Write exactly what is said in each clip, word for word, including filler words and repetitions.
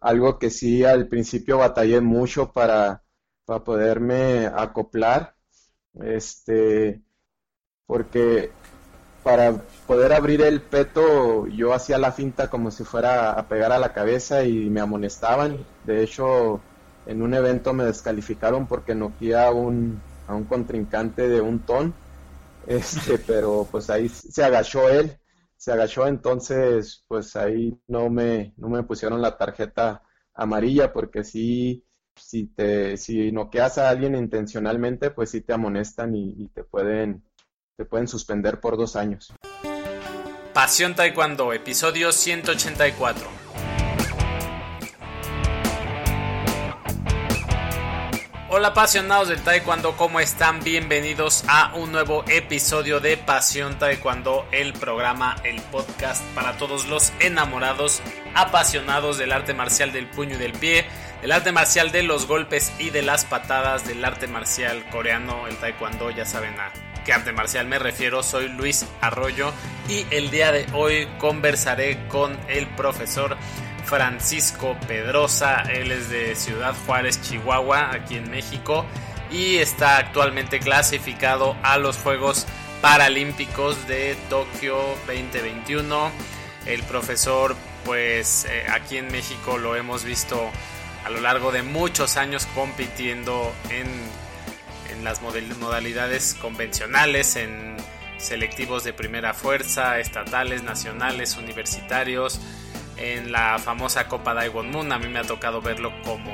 algo que sí al principio batallé mucho para, para poderme acoplar, este, porque para poder abrir el peto yo hacía la finta como si fuera a pegar a la cabeza y me amonestaban. De hecho, en un evento me descalificaron porque noqueé a un, a un contrincante de un ton, este, pero pues ahí se agachó él, se agachó, entonces pues ahí no me, no me pusieron la tarjeta amarilla porque sí, si te, si noqueas a alguien intencionalmente, pues sí te amonestan y, y te pueden, te pueden suspender por dos años. Pasión Taekwondo, episodio ciento ochenta y cuatro. Hola apasionados del Taekwondo, ¿cómo están? Bienvenidos a un nuevo episodio de Pasión Taekwondo, el programa, el podcast para todos los enamorados, apasionados del arte marcial del puño y del pie, del arte marcial de los golpes y de las patadas, del arte marcial coreano, el Taekwondo, ya saben a qué arte marcial me refiero. Soy Luis Arroyo y el día de hoy conversaré con el profesor Francisco Pedrosa. Él es de Ciudad Juárez, Chihuahua, aquí en México, y está actualmente clasificado a los Juegos Paralímpicos de Tokio veinte veintiuno. El profesor, pues eh, aquí en México lo hemos visto a lo largo de muchos años compitiendo en, en las modalidades convencionales, en selectivos de primera fuerza, estatales, nacionales, universitarios, en la famosa Copa Daewon Moon. A mí me ha tocado verlo como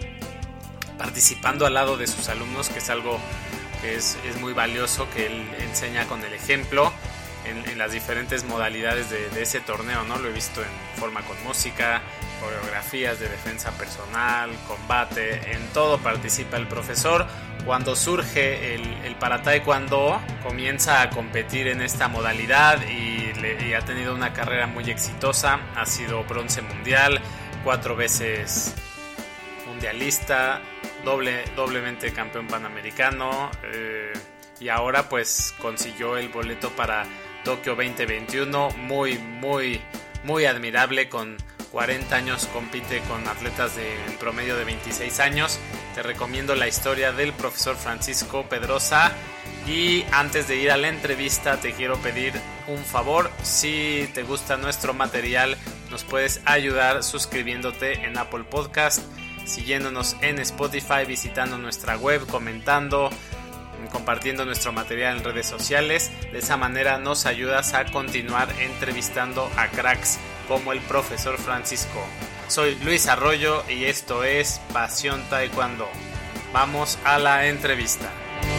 participando al lado de sus alumnos, que es algo que es, es muy valioso, que él enseña con el ejemplo en, en las diferentes modalidades de, de ese torneo, ¿no? Lo he visto en forma con música, coreografías de defensa personal, combate, en todo participa el profesor. Cuando surge el, el para taekwondo, comienza a competir en esta modalidad y, le, y ha tenido una carrera muy exitosa. Ha sido bronce mundial, cuatro veces mundialista, doble, doblemente campeón panamericano, eh, y ahora pues consiguió el boleto para Tokio veinte veintiuno. Muy, muy, muy admirable. Con cuarenta años compite con atletas de en promedio de veintiséis años. Te recomiendo la historia del profesor Francisco Pedrosa. Y antes de ir a la entrevista te quiero pedir un favor. Si te gusta nuestro material, nos puedes ayudar suscribiéndote en Apple Podcast, siguiéndonos en Spotify, visitando nuestra web, comentando, compartiendo nuestro material en redes sociales. De esa manera nos ayudas a continuar entrevistando a cracks como el profesor Francisco. Soy Luis Arroyo y esto es Pasión Taekwondo. Vamos a la entrevista.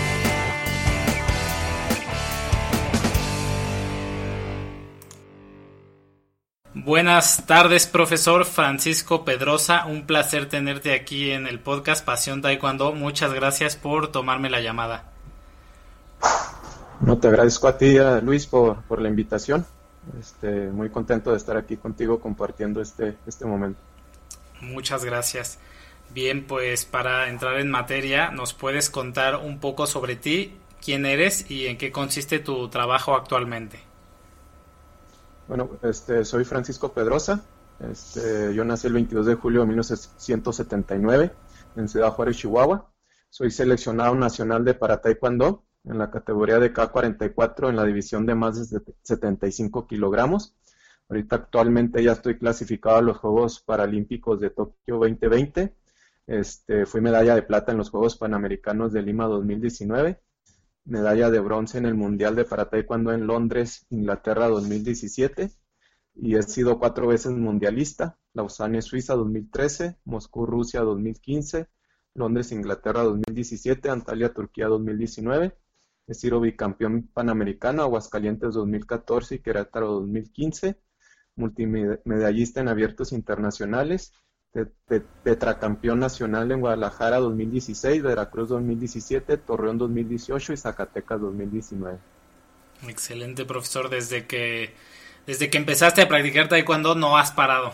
Buenas tardes, profesor Francisco Pedrosa. Un placer tenerte aquí en el podcast Pasión Taekwondo. Muchas gracias por tomarme la llamada. No, te agradezco a ti, a Luis, por, por la invitación. Este, muy contento de estar aquí contigo compartiendo este, este momento. Muchas gracias. Bien, pues para entrar en materia, ¿nos puedes contar un poco sobre ti, quién eres y en qué consiste tu trabajo actualmente? Bueno, este, soy Francisco Pedrosa. Este, yo nací el veintidós de julio de mil novecientos setenta y nueve en Ciudad Juárez, Chihuahua. Soy seleccionado nacional de para taekwondo en la categoría de K cuarenta y cuatro en la división de más de setenta y cinco kilogramos. Ahorita actualmente ya estoy clasificado a los Juegos Paralímpicos de Tokio veinte veinte. Este, fui medalla de plata en los Juegos Panamericanos de Lima dos mil diecinueve, medalla de bronce en el Mundial de para taekwondo en Londres, Inglaterra dos mil diecisiete, y he sido cuatro veces mundialista: Lausanne, Suiza dos mil trece, Moscú, Rusia dos mil quince, Londres, Inglaterra dos mil diecisiete, Antalya, Turquía dos mil diecinueve. He sido bicampeón panamericano, Aguascalientes dos mil catorce y Querétaro dos mil quince, multimedallista en abiertos internacionales, tetracampeón nacional en Guadalajara dos mil dieciséis, Veracruz dos mil diecisiete, Torreón dos mil dieciocho y Zacatecas dos mil diecinueve. Excelente, profesor. Desde que, desde que empezaste a practicar taekwondo no has parado.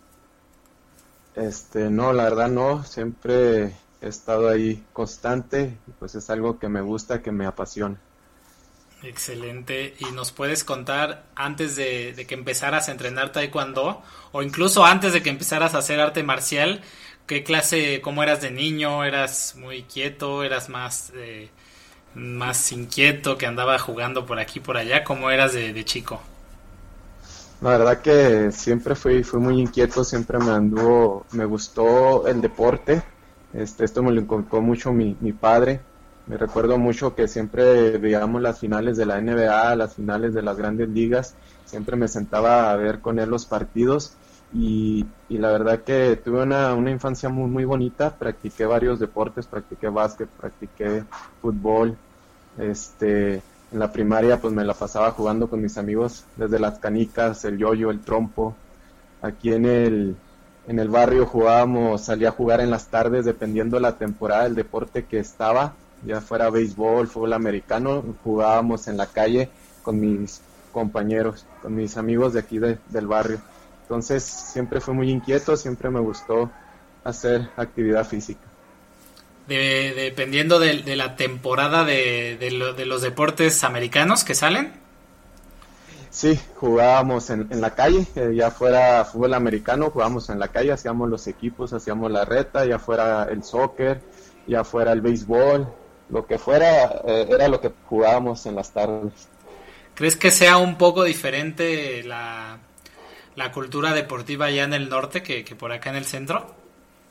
Este, no, la verdad no, siempre he estado ahí constante, pues es algo que me gusta, que me apasiona. Excelente. ¿Y nos puedes contar antes de, de que empezaras a entrenar taekwondo o incluso antes de que empezaras a hacer arte marcial, qué clase, cómo eras de niño? ¿Eras muy quieto? ¿Eras más eh, más inquieto que andaba jugando por aquí por allá? ¿Cómo eras de, de chico? La verdad que siempre fui, fui muy inquieto, siempre me anduvo, me gustó el deporte. Este, esto me lo inculcó mucho mi, mi padre. Me recuerdo mucho que siempre veíamos las finales de la N B A, las finales de las grandes ligas. Siempre me sentaba a ver con él los partidos y, y la verdad que tuve una, una infancia muy, muy bonita. Practiqué varios deportes, practiqué básquet, practiqué fútbol. Este, en la primaria pues me la pasaba jugando con mis amigos desde las canicas, el yoyo, el trompo. Aquí en el, en el barrio jugábamos, salía a jugar en las tardes dependiendo de la temporada del deporte que estaba, ya fuera béisbol, fútbol americano, jugábamos en la calle con mis compañeros, con mis amigos de aquí de, del barrio. Entonces siempre fui muy inquieto, siempre me gustó hacer actividad física. De, dependiendo de, de la temporada de, de, lo, de los deportes americanos que salen. Sí, jugábamos en, en la calle, eh, ya fuera fútbol americano, jugábamos en la calle, hacíamos los equipos, hacíamos la reta, ya fuera el soccer, ya fuera el béisbol, lo que fuera, eh, era lo que jugábamos en las tardes. ¿Crees que sea un poco diferente la, la cultura deportiva allá en el norte que, que por acá en el centro?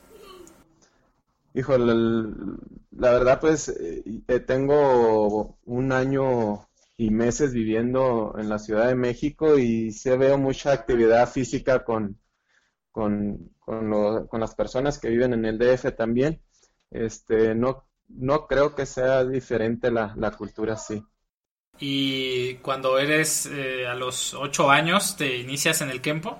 Híjole, el- la verdad pues eh, eh, tengo un año y meses viviendo en la Ciudad de México y sí veo mucha actividad física con, con, con, lo- con las personas que viven en el D F también. Este, no, no creo que sea diferente la, la cultura, sí. Y cuando eres eh, a los ocho años, ¿te inicias en el Kempo?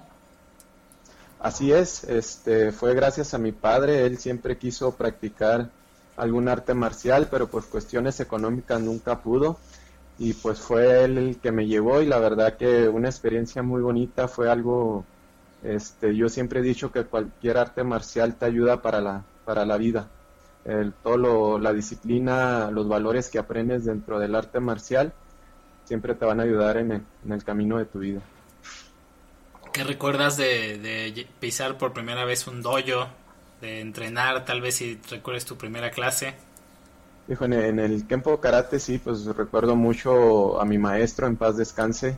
Así es, este, fue gracias a mi padre, él siempre quiso practicar algún arte marcial, pero por cuestiones económicas nunca pudo y pues fue él el que me llevó y la verdad que una experiencia muy bonita, fue algo, este, yo siempre he dicho que cualquier arte marcial te ayuda para la, para la vida. El, todo lo- la disciplina, los valores que aprendes dentro del arte marcial siempre te van a ayudar en el, en el camino de tu vida. ¿Qué recuerdas de, de pisar por primera vez un dojo, de entrenar, tal vez si recuerdes tu primera clase? Dijo, en el, en el Kempo Karate sí, pues recuerdo mucho a mi maestro, en paz descanse,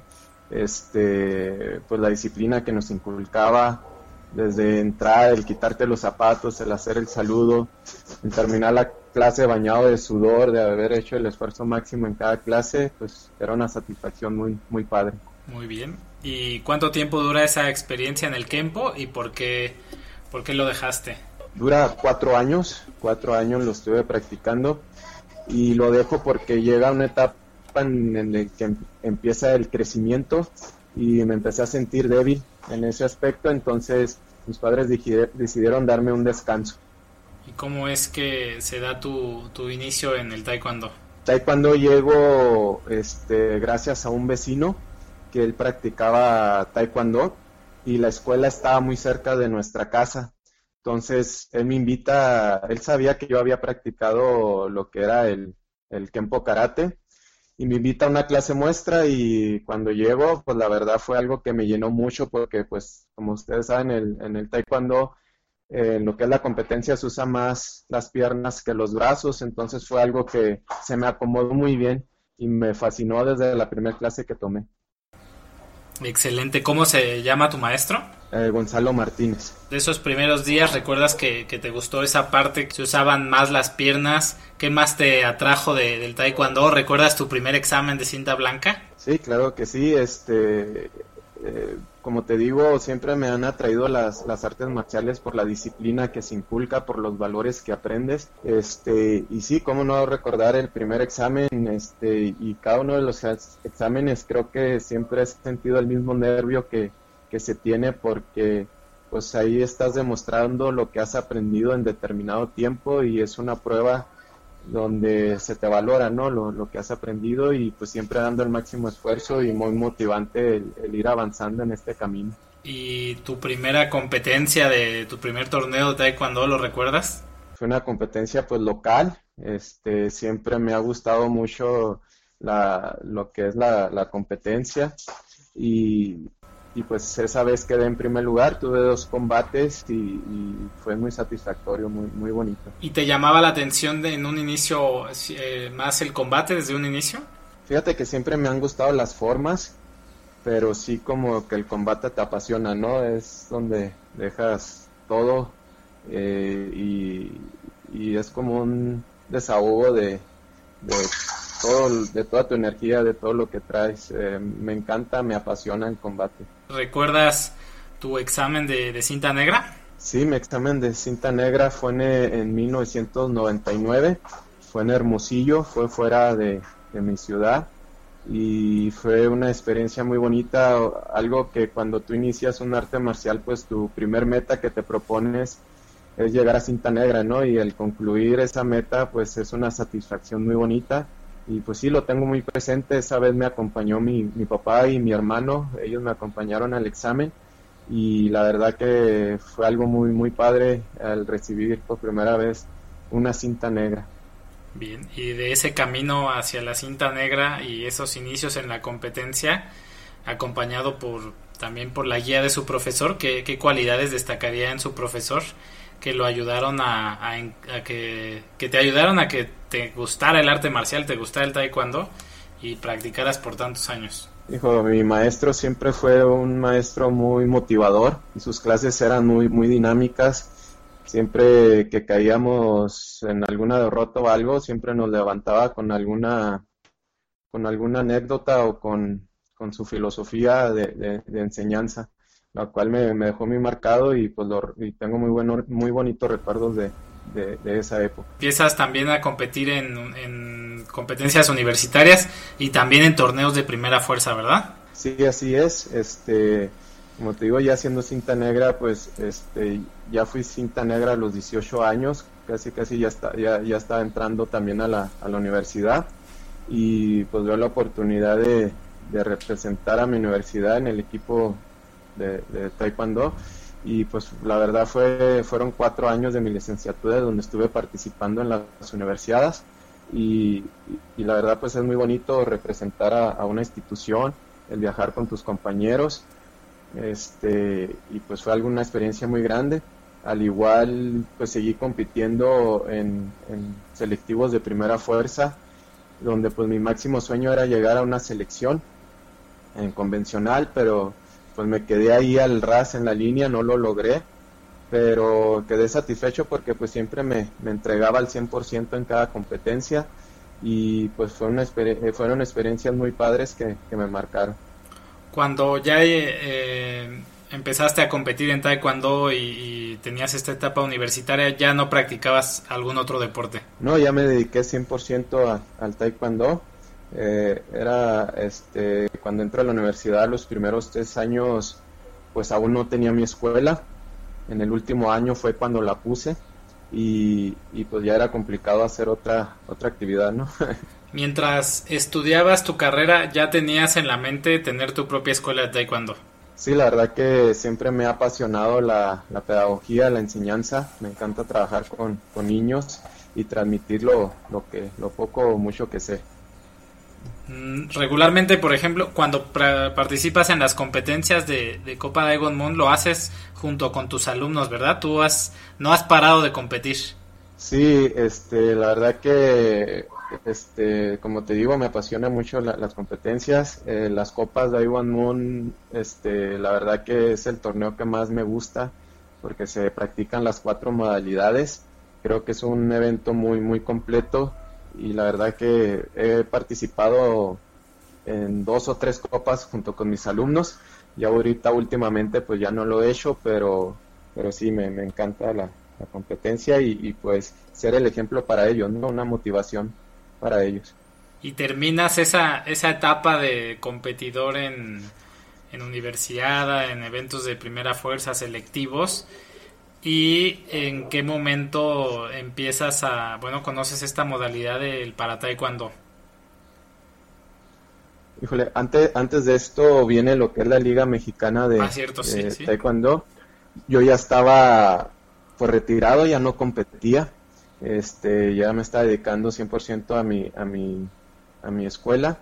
este, pues la disciplina que nos inculcaba, desde entrar, el quitarte los zapatos, el hacer el saludo, el terminar la clase bañado de sudor, de haber hecho el esfuerzo máximo en cada clase, pues era una satisfacción muy, muy padre. Muy bien. ¿Y cuánto tiempo dura esa experiencia en el Kempo y por qué, por qué lo dejaste? Dura cuatro años, cuatro años lo estuve practicando y lo dejo porque llega una etapa en, en el que em- empieza el crecimiento y me empecé a sentir débil en ese aspecto, entonces mis padres diji- decidieron darme un descanso. ¿Y cómo es que se da tu, tu inicio en el Taekwondo? Taekwondo llego este, gracias a un vecino que él practicaba Taekwondo y la escuela estaba muy cerca de nuestra casa. Entonces él me invita, él sabía que yo había practicado lo que era el, el Kempo Karate y me invita a una clase muestra y cuando llego, pues la verdad fue algo que me llenó mucho porque pues como ustedes saben, el, en el Taekwondo eh, en lo que es la competencia se usa más las piernas que los brazos, entonces fue algo que se me acomodó muy bien y me fascinó desde la primera clase que tomé. Excelente. ¿Cómo se llama tu maestro? Eh, Gonzalo Martínez. De esos primeros días, ¿recuerdas que, que te gustó esa parte que se usaban más las piernas? ¿Qué más te atrajo de, del Taekwondo? ¿Recuerdas tu primer examen de cinta blanca? Sí, claro que sí. Este, eh, como te digo, siempre me han atraído las, las artes marciales por la disciplina que se inculca, por los valores que aprendes. Este, y sí, cómo no recordar el primer examen, este, y cada uno de los ex- exámenes creo que siempre he sentido el mismo nervio que, que se tiene porque pues ahí estás demostrando lo que has aprendido en determinado tiempo y es una prueba donde se te valora, ¿no? Lo, lo que has aprendido y pues siempre dando el máximo esfuerzo y muy motivante el, el ir avanzando en este camino. ¿Y tu primera competencia de tu primer torneo de Taekwondo, lo recuerdas? Fue una competencia pues local, este, siempre me ha gustado mucho la, lo que es la, la competencia y, y pues esa vez quedé en primer lugar, tuve dos combates y, y fue muy satisfactorio, muy, muy bonito. ¿Y te llamaba la atención de, en un inicio eh, más el combate desde un inicio? Fíjate que siempre me han gustado las formas, pero sí como que el combate te apasiona, ¿no? Es donde dejas todo eh, y, y es como un desahogo de, de, todo, de toda tu energía, de todo lo que traes. Eh, me encanta, me apasiona el combate. ¿Recuerdas tu examen de, de cinta negra? Sí, mi examen de cinta negra fue en, en mil novecientos noventa y nueve, fue en Hermosillo, fue fuera de, de mi ciudad y fue una experiencia muy bonita, algo que cuando tú inicias un arte marcial, pues tu primer meta que te propones es llegar a cinta negra, ¿no? Y el concluir esa meta, pues es una satisfacción muy bonita y pues sí, lo tengo muy presente. Esa vez me acompañó mi, mi papá y mi hermano, ellos me acompañaron al examen y la verdad que fue algo muy muy padre al recibir por primera vez una cinta negra. Bien, y de ese camino hacia la cinta negra y esos inicios en la competencia, acompañado por también por la guía de su profesor, ¿qué, qué cualidades destacaría en su profesor que lo ayudaron a, a, a que, que te ayudaron a que te gustara el arte marcial, te gustara el taekwondo y practicaras por tantos años? Hijo, mi maestro siempre fue un maestro muy motivador y sus clases eran muy muy dinámicas. Siempre que caíamos en alguna derrota o algo, siempre nos levantaba con alguna con alguna anécdota o con, con su filosofía de, de, de enseñanza, la cual me, me dejó muy marcado y pues lo, y tengo muy bueno, muy bonitos recuerdos de, de, de esa época. Empiezas también a competir en, en competencias universitarias y también en torneos de primera fuerza, ¿verdad? Sí, así es. Este, como te digo, ya siendo cinta negra, pues este, ya fui cinta negra a los dieciocho años, casi casi ya está, ya, ya estaba entrando también a la, a la universidad y pues veo la oportunidad de, de representar a mi universidad en el equipo de, de taekwondo y pues la verdad fue fueron cuatro años de mi licenciatura donde estuve participando en las universidades y, y la verdad pues es muy bonito representar a, a una institución, el viajar con tus compañeros, este y pues fue alguna experiencia muy grande. Al igual pues seguí compitiendo en, en selectivos de primera fuerza, donde pues mi máximo sueño era llegar a una selección en convencional, pero pues me quedé ahí al ras en la línea, no lo logré, pero quedé satisfecho porque pues siempre me, me entregaba al cien por ciento en cada competencia y pues fue una exper- fueron experiencias muy padres que, que me marcaron. Cuando ya eh, empezaste a competir en taekwondo y, y tenías esta etapa universitaria, ¿ya no practicabas algún otro deporte? No, ya me dediqué cien por ciento a, al taekwondo. Eh, era este cuando entré a la universidad los primeros tres años pues aún no tenía mi escuela. En el último año fue cuando la puse y, y pues ya era complicado hacer otra otra actividad, ¿no? Mientras estudiabas tu carrera, ¿ya tenías en la mente tener tu propia escuela de taekwondo? Sí, la verdad que siempre me ha apasionado la, la pedagogía, la enseñanza. Me encanta trabajar con, con niños y transmitir lo, lo, que, lo poco o mucho que sé. Regularmente, por ejemplo, cuando pra- participas en las competencias de, de Copa Diamond Moon, lo haces junto con tus alumnos, ¿verdad? Tú has, no has parado de competir. Sí, este, la verdad que, este, como te digo, me apasiona mucho la, las competencias. Eh, las Copas Diamond Moon, este, la verdad que es el torneo que más me gusta porque se practican las cuatro modalidades. Creo que es un evento muy, muy completo. Y la verdad que he participado en dos o tres copas junto con mis alumnos. Ya ahorita últimamente pues ya no lo he hecho, pero pero sí me, me encanta la, la competencia y, y pues ser el ejemplo para ellos, ¿no? Una motivación para ellos. Y terminas esa esa etapa de competidor en, en universidad, en eventos de primera fuerza selectivos. ¿Y en qué momento empiezas a, bueno, conoces esta modalidad del para taekwondo? Híjole, antes, antes de esto viene lo que es la Liga Mexicana de, ah, cierto, sí, de sí. Taekwondo. Yo ya estaba pues retirado, ya no competía, este, ya me estaba dedicando cien por ciento a mi, a mi, a mi escuela,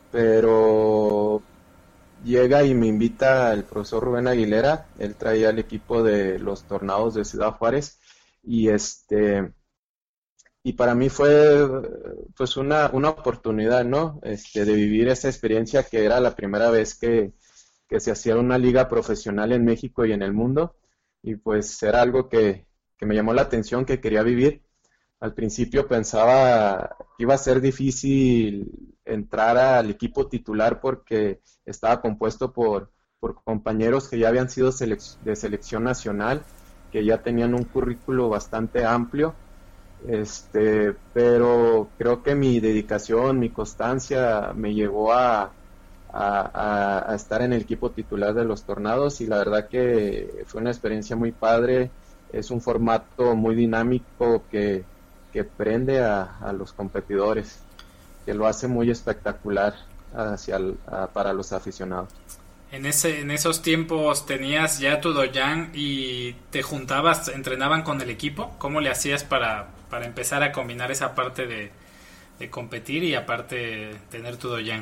pero llega y me invita el profesor Rubén Aguilera. Él traía el equipo de los Tornados de Ciudad Juárez, y este y para mí fue pues una, una oportunidad, ¿no? Este, de vivir esa experiencia, que era la primera vez que, que se hacía una liga profesional en México y en el mundo, y pues era algo que, que me llamó la atención, que quería vivir. Al principio pensaba que iba a ser difícil entrar al equipo titular porque estaba compuesto por, por compañeros que ya habían sido selec- de selección nacional, que ya tenían un currículo bastante amplio, este, pero creo que mi dedicación, mi constancia me llevó a, a, a, a estar en el equipo titular de los Tornados, y la verdad que fue una experiencia muy padre. Es un formato muy dinámico que que prende a, a los competidores, que lo hace muy espectacular hacia el, a, para los aficionados. En ese en esos tiempos tenías ya tu doyan y te juntabas, entrenaban con el equipo. ¿Cómo le hacías para, para empezar a combinar esa parte de, de competir y aparte tener tu doyan?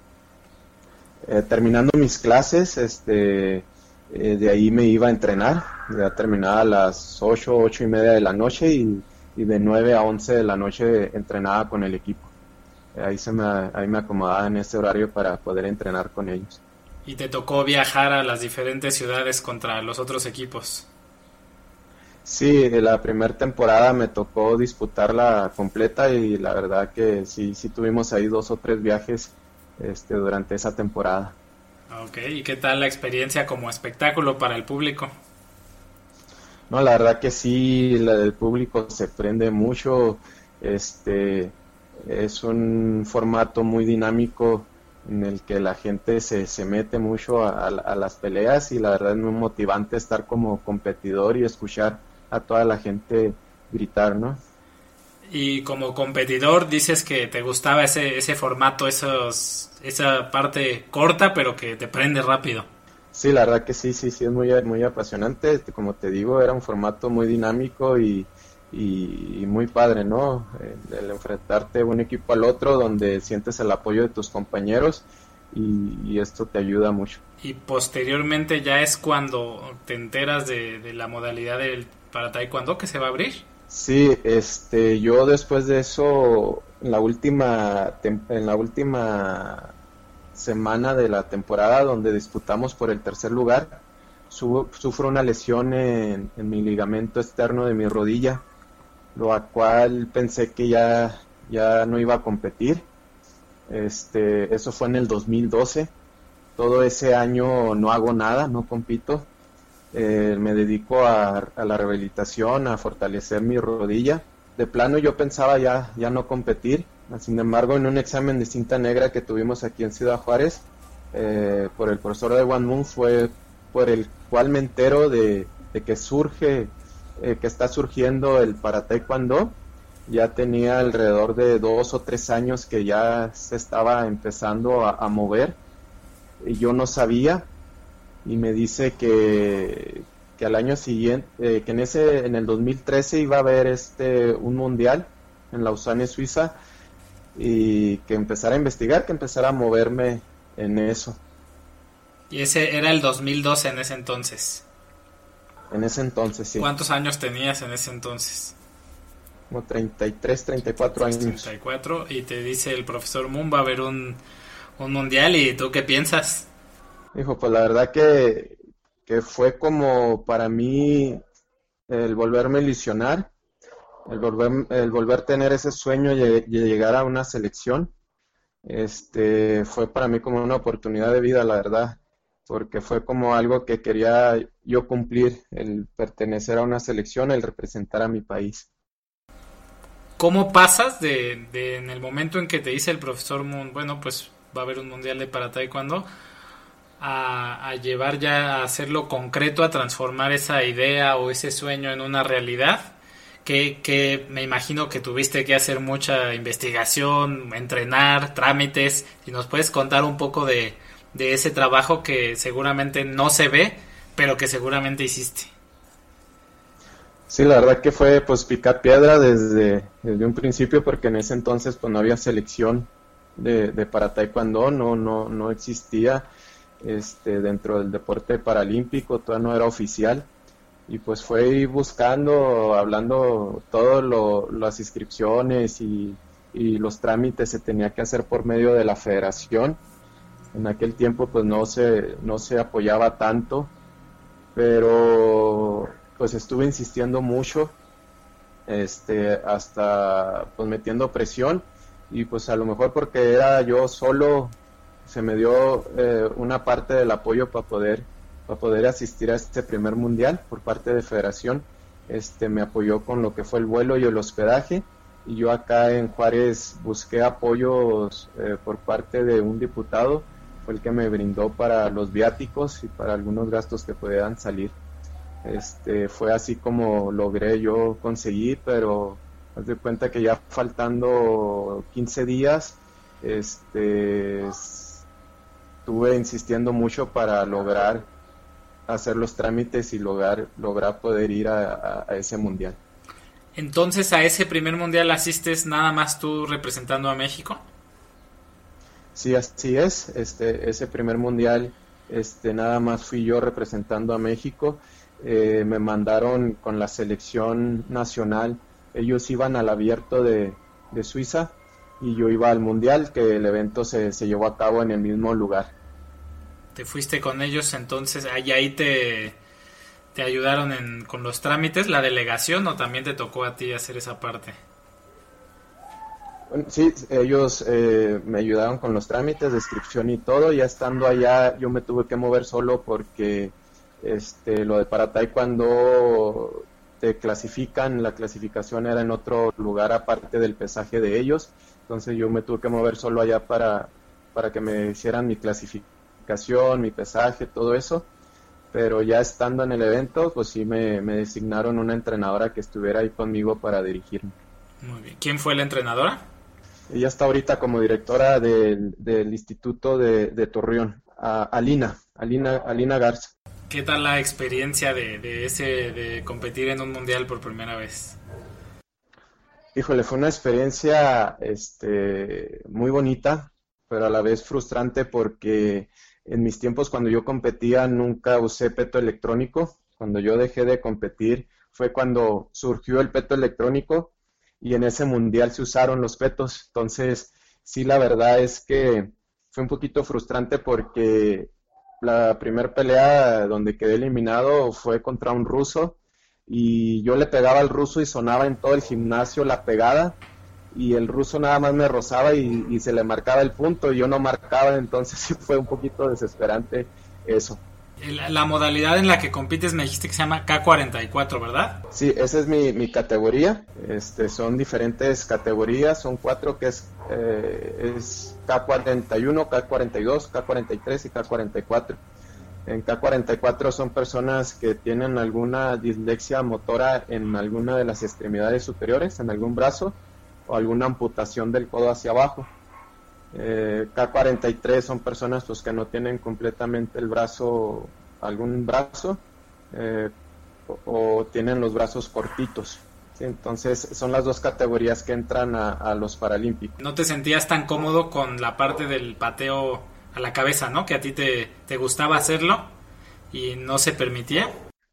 Eh, terminando mis clases, este, eh, de ahí me iba a entrenar. Ya terminaba a las ocho, ocho y media de la noche, y y de nueve a once de la noche entrenaba con el equipo. Ahí, se me, ahí me acomodaba en ese horario para poder entrenar con ellos. ¿Y te tocó viajar a las diferentes ciudades contra los otros equipos? Sí, la primera temporada me tocó disputarla completa, y la verdad que sí, sí tuvimos ahí dos o tres viajes este, durante esa temporada. Ok, ¿y qué tal la experiencia como espectáculo para el público? No, la verdad que sí, la del público se prende mucho. Este es un formato muy dinámico en el que la gente se, se mete mucho a, a las peleas, y la verdad es muy motivante estar como competidor y escuchar a toda la gente gritar, ¿no? Y como competidor dices que te gustaba ese ese formato, esos esa parte corta pero que te prende rápido. Sí, la verdad que sí, sí, sí, es muy, muy apasionante. Como te digo, era un formato muy dinámico y, y, y muy padre, ¿no? El, el enfrentarte un equipo al otro, donde sientes el apoyo de tus compañeros, y, y esto te ayuda mucho. Y posteriormente ya es cuando te enteras de, de la modalidad del para taekwondo que se va a abrir. Sí, este, yo después de eso, en la última, en la última semana de la temporada, donde disputamos por el tercer lugar, su, sufro una lesión en, en mi ligamento externo de mi rodilla, lo cual pensé que ya, ya no iba a competir. Este, eso fue en el dos mil doce. Todo ese año no hago nada, no compito. Eh, me dedico a, a la rehabilitación, a fortalecer mi rodilla. De plano yo pensaba ya, ya no competir. Sin embargo, en un examen de cinta negra que tuvimos aquí en Ciudad Juárez, eh, por el profesor de One Moon, fue por el cual me entero de, de que surge, eh, que está surgiendo el para taekwondo. Ya tenía alrededor de dos o tres años que ya se estaba empezando a, a mover, y yo no sabía, y me dice que, que al año siguiente, eh, que en ese, en el dos mil trece iba a haber este un mundial en Lausanne, Suiza, y que empezara a investigar, que empezara a moverme en eso. Y ese era el dos mil doce en ese entonces. En ese entonces, sí. ¿Cuántos años tenías en ese entonces? Como treinta y tres, treinta y cuatro años. treinta y cuatro, y te dice el profesor Moon, va a haber un, un mundial, ¿y tú qué piensas? Dijo, pues la verdad que, que fue como para mí el volverme a ilusionar, el volver, el volver a tener ese sueño de, de llegar a una selección. Este, fue para mí como una oportunidad de vida, la verdad, porque fue como algo que quería yo cumplir, el pertenecer a una selección, el representar a mi país. ¿Cómo pasas de, de en el momento en que te dice el profesor Moon, bueno, pues va a haber un mundial de para taekwondo, a, a llevar ya a hacerlo concreto, a transformar esa idea o ese sueño en una realidad? Que, que me imagino que tuviste que hacer mucha investigación, entrenar, trámites. Si nos puedes contar un poco de, de ese trabajo que seguramente no se ve, pero que seguramente hiciste. Sí, la verdad que fue pues picar piedra desde, desde un principio, porque en ese entonces pues no había selección de, de para taekwondo, no, no, no existía este, dentro del deporte paralímpico, todavía no era oficial. Y pues fue ir buscando, hablando, todas las inscripciones y, y los trámites se tenía que hacer por medio de la federación. En aquel tiempo pues no se, no se apoyaba tanto, pero pues estuve insistiendo mucho, este, hasta pues metiendo presión, y pues a lo mejor porque era yo solo, se me dio eh, una parte del apoyo para poder para poder asistir a este primer mundial por parte de Federación. Este, me apoyó con lo que fue el vuelo y el hospedaje, y yo acá en Juárez busqué apoyos eh, por parte de un diputado, fue el que me brindó para los viáticos y para algunos gastos que pudieran salir. Este, fue así como logré yo conseguir, pero haz de cuenta que ya faltando quince días, este, estuve insistiendo mucho para lograr hacer los trámites y lograr lograr poder ir a, a, a ese mundial. Entonces, ¿a ese primer mundial asistes nada más tú representando a México? Sí, así es. Este, ese primer mundial, este, nada más fui yo representando a México. Eh, me mandaron con la selección nacional. Ellos iban al abierto de, de Suiza y yo iba al mundial, que el evento se, se llevó a cabo en el mismo lugar. Te fuiste con ellos, entonces ahí, ahí te, te ayudaron en, con los trámites, la delegación, o también te tocó a ti hacer esa parte. Bueno, sí, ellos eh, me ayudaron con los trámites de inscripción y todo. Ya estando allá yo me tuve que mover solo porque este, lo de para taekwondo te clasifican, la clasificación era en otro lugar aparte del pesaje de ellos, entonces yo me tuve que mover solo allá para, para que me hicieran mi clasificación, mi pesaje, todo eso. Pero ya estando en el evento, pues sí me, me designaron una entrenadora que estuviera ahí conmigo para dirigirme. Muy bien. ¿Quién fue la entrenadora? Ella está ahorita como directora del, del Instituto de, de Torreón, a, Alina, Alina, Alina Garza. ¿Qué tal la experiencia de, de ese de competir en un mundial por primera vez? Híjole, fue una experiencia este, muy bonita, pero a la vez frustrante porque en mis tiempos cuando yo competía nunca usé peto electrónico. Cuando yo dejé de competir fue cuando surgió el peto electrónico y en ese mundial se usaron los petos. Entonces, sí, la verdad es que fue un poquito frustrante porque la primera pelea donde quedé eliminado fue contra un ruso y yo le pegaba al ruso y sonaba en todo el gimnasio la pegada, y el ruso nada más me rozaba y, y se le marcaba el punto y yo no marcaba, entonces sí fue un poquito desesperante eso. La, la modalidad en la que compites me dijiste que se llama K cuarenta y cuatro, ¿verdad? Sí, esa es mi, mi categoría. Este, son diferentes categorías, son cuatro, que es, eh, es K cuarenta y uno, K cuarenta y dos, K cuarenta y tres y K cuarenta y cuatro. En K cuarenta y cuatro son personas que tienen alguna dislexia motora en alguna de las extremidades superiores, en algún brazo, o alguna amputación del codo hacia abajo. Eh, K cuarenta y tres son personas pues que no tienen completamente el brazo, algún brazo, eh, o, o tienen los brazos cortitos. ¿Sí? Entonces son las dos categorías que entran a, a los paralímpicos. ¿No te sentías tan cómodo con la parte del pateo a la cabeza, ¿no? Que a ti te, te gustaba hacerlo y no se permitía.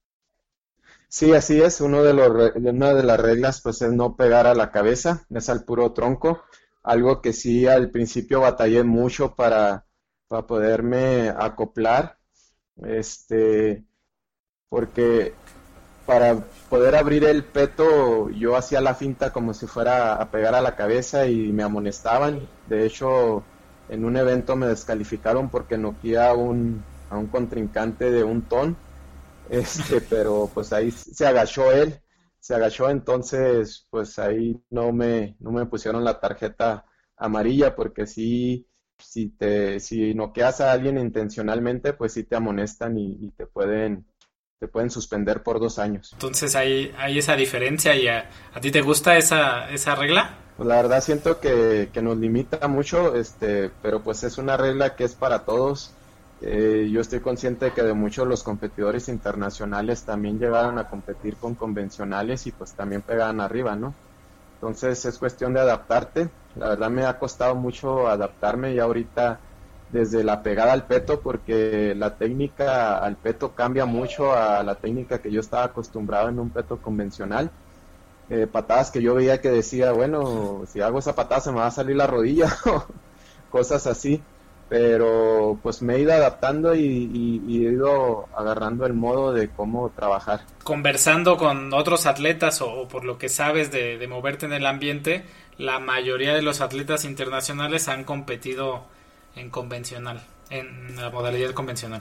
Sí, así es. Uno de los, una de las reglas pues es no pegar a la cabeza, es al puro tronco. Algo que sí al principio batallé mucho para, para poderme acoplar, este, porque para poder abrir el peto yo hacía la finta como si fuera a pegar a la cabeza y me amonestaban. De hecho, en un evento me descalificaron porque noqueé a un, a un contrincante de un ton. Este, pero pues ahí se agachó él, se agachó, entonces pues ahí no me, no me pusieron la tarjeta amarilla, porque sí, si te, si noqueas a alguien intencionalmente, pues sí te amonestan y, y te pueden, te pueden suspender por dos años. Entonces hay, hay esa diferencia. ¿Y a, a ti te gusta esa, esa regla? Pues la verdad siento que, que nos limita mucho, este, pero pues es una regla que es para todos. Eh, yo estoy consciente de que de muchos los competidores internacionales también llegaron a competir con convencionales y pues también pegaban arriba, ¿no? Entonces es cuestión de adaptarte. La verdad me ha costado mucho adaptarme y ahorita desde la pegada al peto, porque la técnica al peto cambia mucho a la técnica que yo estaba acostumbrado en un peto convencional. Eh, patadas que yo veía que decía, bueno, si hago esa patada se me va a salir la rodilla, cosas así, pero pues me he ido adaptando y, y, y he ido agarrando el modo de cómo trabajar. Conversando con otros atletas o, o por lo que sabes de, de moverte en el ambiente, la mayoría de los atletas internacionales han competido en convencional, en la modalidad convencional.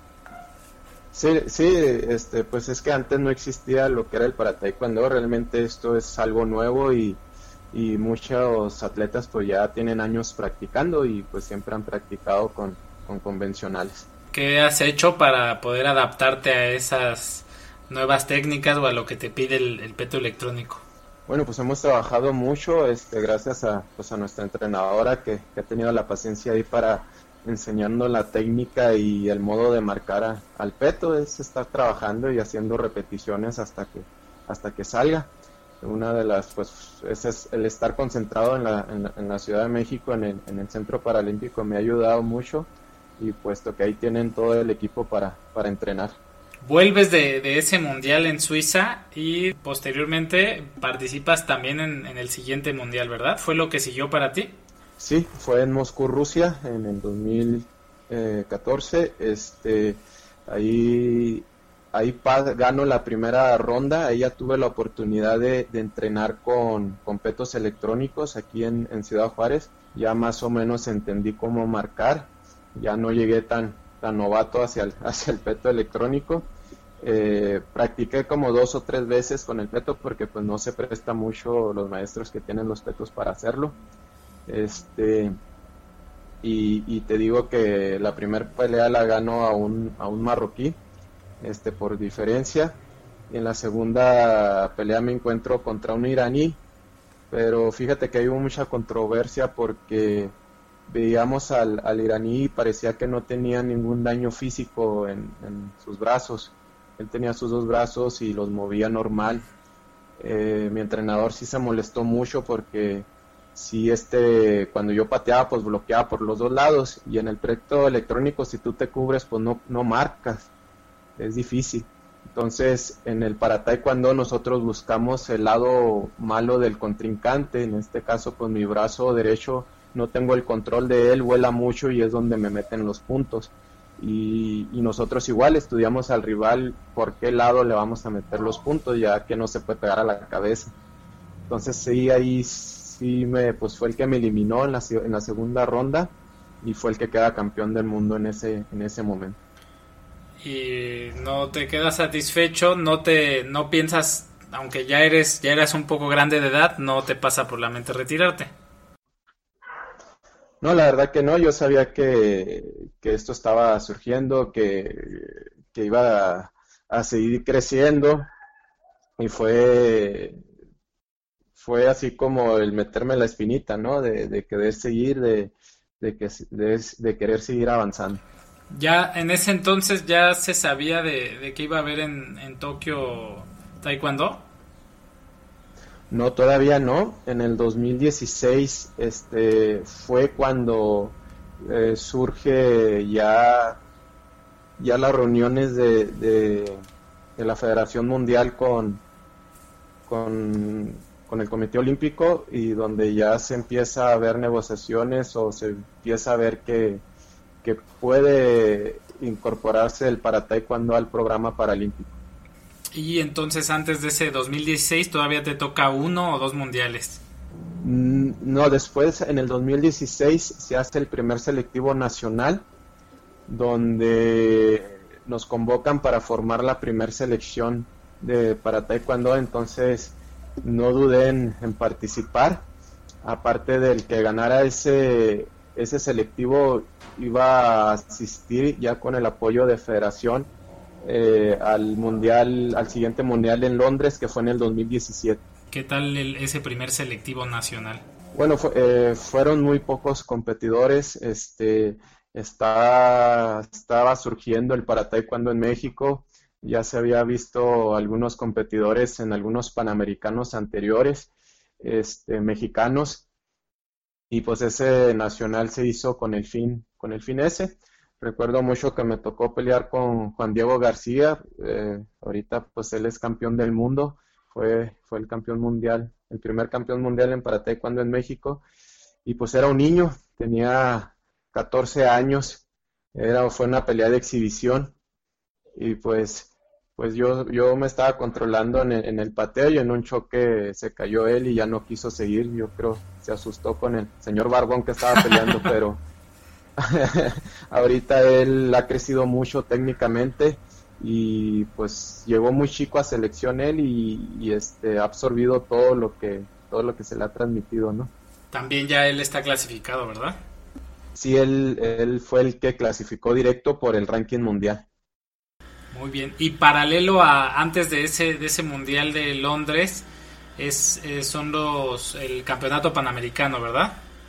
Sí, sí, este, pues es que antes no existía lo que era el para taekwondo, realmente esto es algo nuevo y, y muchos atletas pues ya tienen años practicando y pues siempre han practicado con, con convencionales. ¿Qué has hecho para poder adaptarte a esas nuevas técnicas o a lo que te pide el, el peto electrónico? Bueno, pues hemos trabajado mucho, este, gracias a, pues a nuestra entrenadora que, que ha tenido la paciencia ahí para enseñando la técnica y el modo de marcar a, al peto, es estar trabajando y haciendo repeticiones hasta que hasta que salga. Una de las, pues, ese es el estar concentrado en la, en la, en la Ciudad de México, en el, en el Centro Paralímpico, me ha ayudado mucho y puesto que ahí tienen todo el equipo para, para entrenar. Vuelves de, de ese mundial en Suiza y posteriormente participas también en, en el siguiente mundial, ¿verdad? ¿Fue lo que siguió para ti? Sí, fue en Moscú, Rusia, en el dos mil catorce. Este, ahí, ahí pa- gano la primera ronda. Ahí ya tuve la oportunidad de, de entrenar con, con petos electrónicos aquí en, en Ciudad Juárez. Ya más o menos entendí cómo marcar. Ya no llegué tan, tan novato hacia el, hacia el peto electrónico. Eh, practiqué como dos o tres veces con el peto porque pues no se presta mucho los maestros que tienen los petos para hacerlo. Este y, y te digo que la primera pelea la ganó a un, a un marroquí, este por diferencia, y en la segunda pelea me encuentro contra un iraní, pero fíjate que hay mucha controversia porque veíamos al, al iraní y parecía que no tenía ningún daño físico en, en sus brazos. Él tenía sus dos brazos y los movía normal. Eh, mi entrenador sí se molestó mucho porque si este, cuando yo pateaba, pues bloqueaba por los dos lados, y en el peto electrónico, si tú te cubres, pues no, no marcas, es difícil. Entonces, en el para taekwondo nosotros buscamos el lado malo del contrincante, en este caso, pues mi brazo derecho no tengo el control de él, vuela mucho y es donde me meten los puntos. Y, y nosotros igual estudiamos al rival por qué lado le vamos a meter los puntos, ya que no se puede pegar a la cabeza. Entonces, sí, ahí sí me, pues fue el que me eliminó en la, en la segunda ronda y fue el que queda campeón del mundo en ese, en ese momento. Y no te quedas satisfecho, no te, no piensas, aunque ya eres, ya eras un poco grande de edad, no te pasa por la mente retirarte. No, la verdad que no, yo sabía que, que esto estaba surgiendo, que, que iba a, a seguir creciendo y fue fue así como el meterme la espinita, ¿no? De, de querer seguir, de, de, que, de, de querer seguir avanzando. Ya en ese entonces ya se sabía de, de que iba a haber en, en Tokio Taekwondo. No, todavía no. En el dos mil dieciséis este, fue cuando eh, surge ya, ya las reuniones de, de, de la Federación Mundial con, con con el Comité Olímpico, y donde ya se empieza a ver negociaciones o se empieza a ver que, que puede incorporarse el para taekwondo al programa paralímpico. Y entonces antes de ese dos mil dieciséis todavía te toca uno o dos mundiales. No, después en el dos mil dieciséis se hace el primer selectivo nacional, donde nos convocan para formar la primer selección de para taekwondo. Entonces no dudé en, en participar. Aparte del que ganara ese ese selectivo, iba a asistir ya con el apoyo de federación eh, al mundial, al siguiente mundial en Londres, que fue en el dos mil diecisiete. ¿Qué tal el, ese primer selectivo nacional? Bueno, fue, eh, fueron muy pocos competidores. Este está, estaba surgiendo el para taekwondo en México. Ya se había visto algunos competidores en algunos panamericanos anteriores. este, mexicanos, y pues ese nacional se hizo con el fin, con el fin ese. Recuerdo mucho que me tocó pelear con Juan Diego García, eh, ahorita pues él es campeón del mundo, fue, fue el campeón mundial, el primer campeón mundial en para taekwondo en México, y pues era un niño, tenía catorce años, era, fue una pelea de exhibición, y pues, pues yo, yo me estaba controlando en el, en el pateo, y en un choque se cayó él y ya no quiso seguir, yo creo se asustó con el señor Barbón que estaba peleando, pero ahorita él ha crecido mucho técnicamente y pues llegó muy chico a selección él y, y este ha absorbido todo lo que todo lo que se le ha transmitido, ¿no? También ya él está clasificado, ¿verdad? Sí, él, él fue el que clasificó directo por el ranking mundial. Muy bien. Y paralelo a antes de ese de ese mundial de Londres es eh, son los el campeonato panamericano, ¿verdad?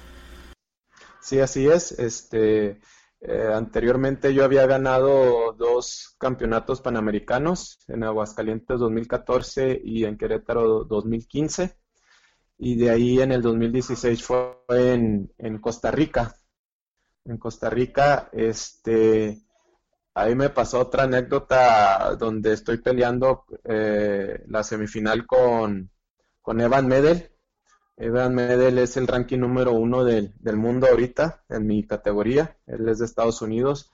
Sí, así es. Este, eh, anteriormente yo había ganado dos campeonatos panamericanos en Aguascalientes dos mil catorce y en Querétaro dos mil quince. Y de ahí en el dos mil dieciséis fue en, en Costa Rica. En Costa Rica, este, ahí me pasó otra anécdota donde estoy peleando eh, la semifinal con, con Evan Medel. Evan Medel es el ranking número uno del, del mundo ahorita en mi categoría. Él es de Estados Unidos.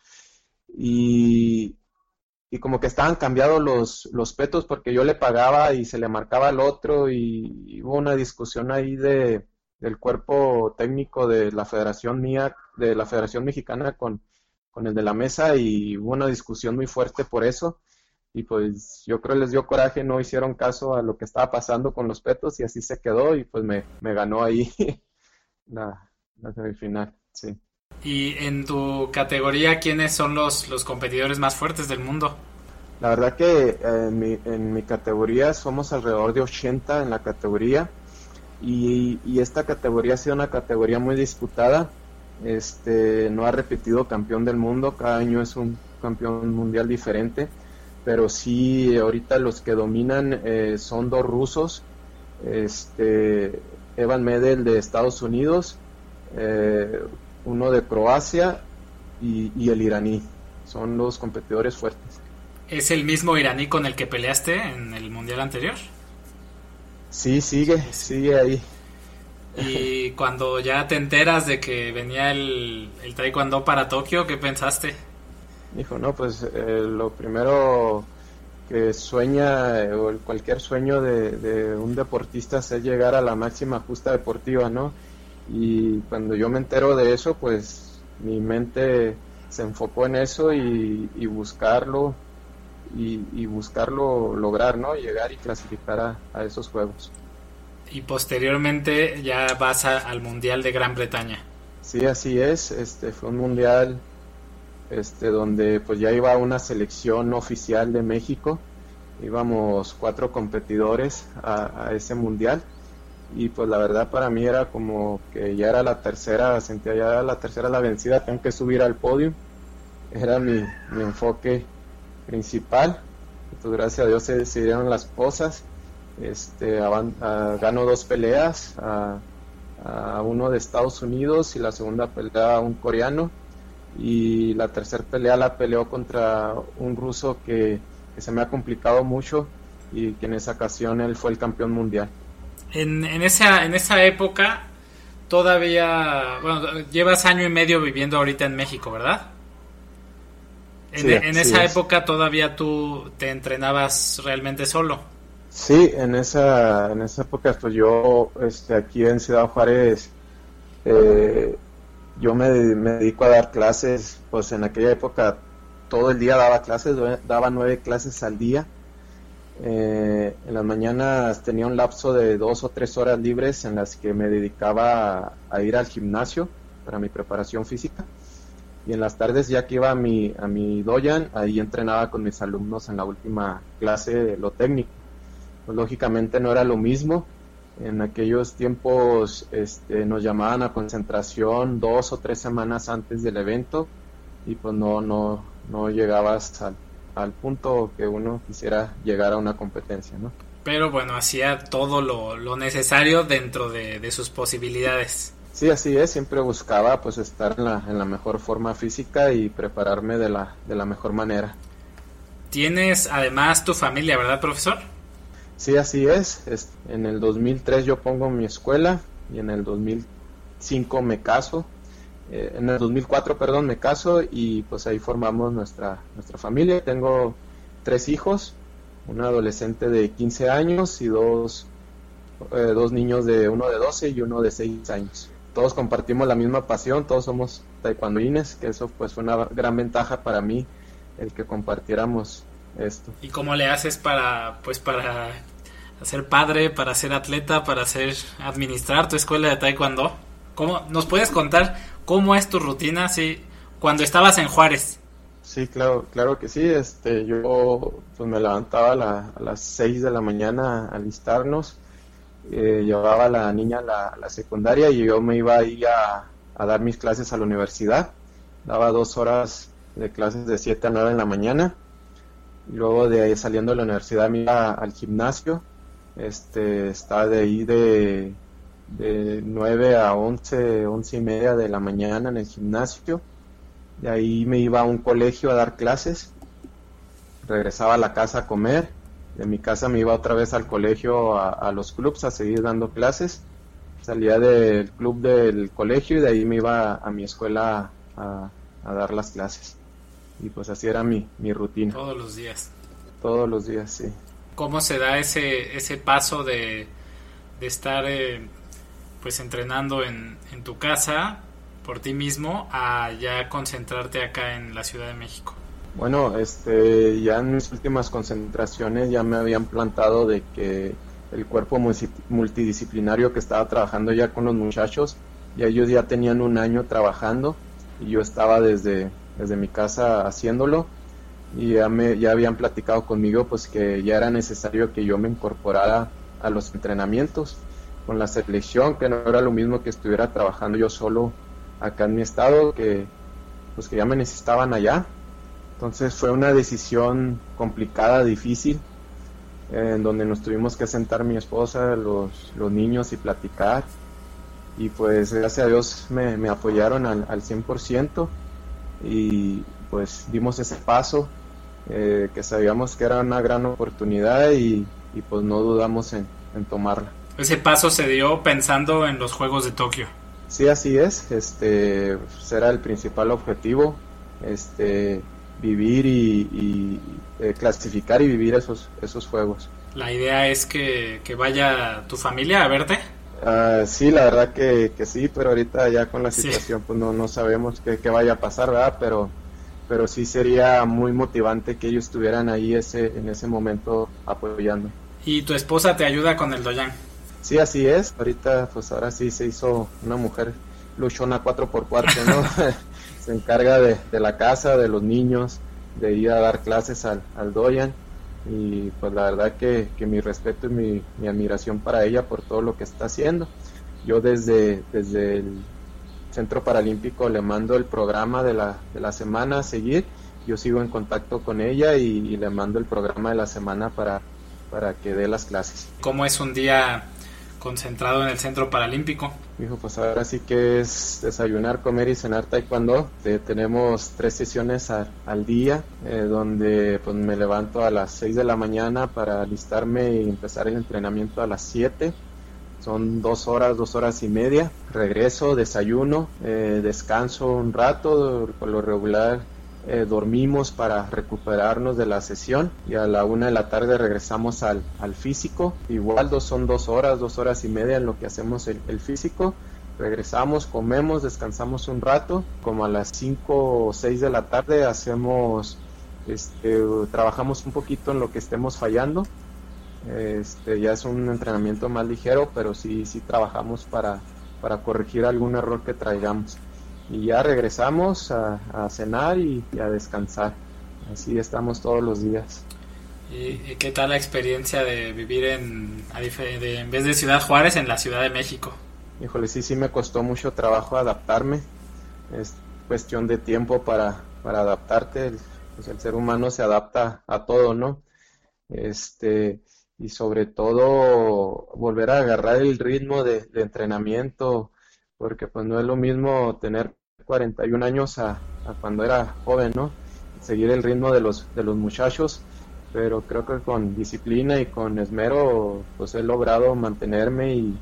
Y, y como que estaban cambiados los, los petos porque yo le pagaba y se le marcaba al otro y, y hubo una discusión ahí de, del cuerpo técnico de la federación mía, de la Federación Mexicana con, con el de la mesa y hubo una discusión muy fuerte por eso. Y pues yo creo les dio coraje, no hicieron caso a lo que estaba pasando con los petos y así se quedó y pues me, me ganó ahí la, la semifinal, sí. Y en tu categoría, ¿quiénes son los, los competidores más fuertes del mundo? La verdad que eh, en, mi, en mi categoría somos alrededor de ochenta en la categoría y, y esta categoría ha sido una categoría muy disputada. Este, no ha repetido campeón del mundo, cada año es un campeón mundial diferente. Pero sí, ahorita los que dominan eh, son dos rusos, este, Evan Medel de Estados Unidos, eh, uno de Croacia y, y el iraní. Son los competidores fuertes. ¿Es el mismo iraní con el que peleaste en el mundial anterior? Sí, sigue, sigue ahí. Y cuando ya te enteras de que venía el, el taekwondo para Tokio, ¿qué pensaste? Dijo, no, pues eh, lo primero que sueña, eh, o cualquier sueño de, de un deportista es llegar a la máxima justa deportiva, ¿no? Y cuando yo me entero de eso, pues mi mente se enfocó en eso y, y buscarlo, y, y buscarlo lograr, ¿no? Llegar y clasificar a, a esos juegos. Y posteriormente ya vas a, al Mundial de Gran Bretaña. Sí, así es, este fue un mundial este donde pues ya iba una selección oficial de México, íbamos cuatro competidores a, a ese mundial y pues la verdad para mí era como que ya era la tercera, sentía ya era la tercera la vencida, tengo que subir al podio, era mi, mi enfoque principal, pues gracias a Dios se decidieron las cosas, este a, a, ganó dos peleas, a, a uno de Estados Unidos y la segunda pelea a un coreano, y la tercera pelea la peleó contra un ruso que, que se me ha complicado mucho y que en esa ocasión él fue el campeón mundial. En, en esa en esa época todavía, bueno, llevas año y medio viviendo ahorita en México, ¿verdad? En, sí, en esa es. época todavía tú te entrenabas realmente solo. Sí, en esa en esa época pues yo este aquí en Ciudad Juárez eh, yo me, me dedico a dar clases, pues en aquella época todo el día daba clases, daba nueve clases al día. Eh, en las mañanas tenía un lapso de dos o tres horas libres en las que me dedicaba a, a ir al gimnasio para mi preparación física. Y en las tardes, ya que iba a mi, a mi doyan, ahí entrenaba con mis alumnos en la última clase de lo técnico. Pues lógicamente no era lo mismo. En aquellos tiempos este, nos llamaban a concentración dos o tres semanas antes del evento y pues no, no, no llegabas al, al punto que uno quisiera llegar a una competencia, ¿no? Pero bueno, hacía todo lo, lo necesario dentro de, de sus posibilidades. Sí, así es, siempre buscaba pues estar en la, en la mejor forma física y prepararme de la, de la mejor manera. Tienes además tu familia, ¿verdad, profesor? Sí, así es. es en el dos mil tres yo pongo mi escuela y en el dos mil cinco me caso. Eh, en el dos mil cuatro, perdón, me caso y pues ahí formamos nuestra, nuestra familia. Tengo tres hijos, un adolescente de quince años y dos, eh, dos niños, de uno de doce y uno de seis años. Todos compartimos la misma pasión, todos somos taekwondoines, que eso pues fue una gran ventaja para mí, el que compartiéramos esto. ¿Y cómo le haces para, pues para ser padre, para ser atleta, para ser administrar tu escuela de taekwondo? ¿Cómo nos puedes contar cómo es tu rutina si cuando estabas en Juárez? Sí, claro, claro que sí. Este, yo pues me levantaba a, la, a las seis de la mañana a alistarnos, eh, llevaba a la niña a la, a la secundaria y yo me iba ahí a, a dar mis clases a la universidad. Daba dos horas de clases de siete a nueve en la mañana. Y luego de ahí saliendo de la universidad me iba al gimnasio. Este, estaba de ahí de, de nueve a once, once y media de la mañana en el gimnasio. De ahí me iba a un colegio a dar clases, regresaba a la casa a comer, de mi casa me iba otra vez al colegio a, a los clubs a seguir dando clases, salía del club del colegio y de ahí me iba a, a mi escuela a, a dar las clases. Y pues así era mi, mi rutina. Todos los días. Todos los días, sí. ¿Cómo se da ese, ese paso de, de estar eh, pues entrenando en, en tu casa por ti mismo a ya concentrarte acá en la Ciudad de México? Bueno, este, ya en mis últimas concentraciones ya me habían plantado de que el cuerpo multidisciplinario que estaba trabajando ya con los muchachos, ya ellos ya tenían un año trabajando y yo estaba desde, desde mi casa haciéndolo y ya, me, ya habían platicado conmigo pues que ya era necesario que yo me incorporara a los entrenamientos con la selección, que no era lo mismo que estuviera trabajando yo solo acá en mi estado, que pues que ya me necesitaban allá. Entonces fue una decisión complicada, difícil, en donde nos tuvimos que sentar mi esposa, los, los niños y platicar, y pues gracias a Dios me, me apoyaron al, al cien por ciento y pues dimos ese paso, eh, que sabíamos que era una gran oportunidad y, y pues no dudamos en, en tomarla. Ese paso se dio pensando en los Juegos de Tokio. Sí, así es, este será el principal objetivo, este vivir y, y eh, clasificar y vivir esos esos juegos. ¿La idea es que, que vaya tu familia a verte? Uh, sí, la verdad que, que sí, pero ahorita ya con la situación sí. pues no, no sabemos qué, qué vaya a pasar, ¿verdad? Pero, pero sí sería muy motivante que ellos estuvieran ahí ese en ese momento apoyando. ¿Y tu esposa te ayuda con el doyan? Sí, así es. Ahorita, pues ahora sí se hizo una mujer luchona cuatro por cuatro, ¿no? Se encarga de, de la casa, de los niños, de ir a dar clases al, al doyan. Y pues la verdad que, que mi respeto y mi, mi admiración para ella por todo lo que está haciendo. Yo desde, desde el Centro Paralímpico le mando el programa de la, de la semana a seguir. Yo sigo en contacto con ella y, y le mando el programa de la semana para, para que dé las clases. ¿Cómo es un día concentrado en el Centro Paralímpico? Hijo, pues ahora sí que es desayunar, comer y cenar taekwondo. Eh, tenemos tres sesiones a, al día, eh, donde pues me levanto a las seis de la mañana para alistarme y empezar el entrenamiento a las siete. Son dos horas, dos horas y media. Regreso, desayuno, eh, descanso un rato, por lo regular Eh, dormimos para recuperarnos de la sesión y a la una de la tarde regresamos al, al físico. Igual dos, son dos horas, dos horas y media en lo que hacemos el, el físico. Regresamos, comemos, descansamos un rato. Como a las cinco o seis de la tarde hacemos, este, trabajamos un poquito en lo que estemos fallando. Este, ya es un entrenamiento más ligero, pero sí, sí trabajamos para, para corregir algún error que traigamos. Y ya regresamos a, a cenar y, y a descansar. Así estamos todos los días. ¿Y qué tal la experiencia de vivir en, a dif- de, en vez de Ciudad Juárez, en la Ciudad de México? Híjole, sí, sí me costó mucho trabajo adaptarme. Es cuestión de tiempo para, para adaptarte. El, pues el ser humano se adapta a todo, ¿no? Este, y sobre todo volver a agarrar el ritmo de, de entrenamiento, porque pues no es lo mismo tener cuarenta y un años a, a cuando era joven, ¿no? Seguir el ritmo de los, de los muchachos, pero creo que con disciplina y con esmero pues he logrado mantenerme y,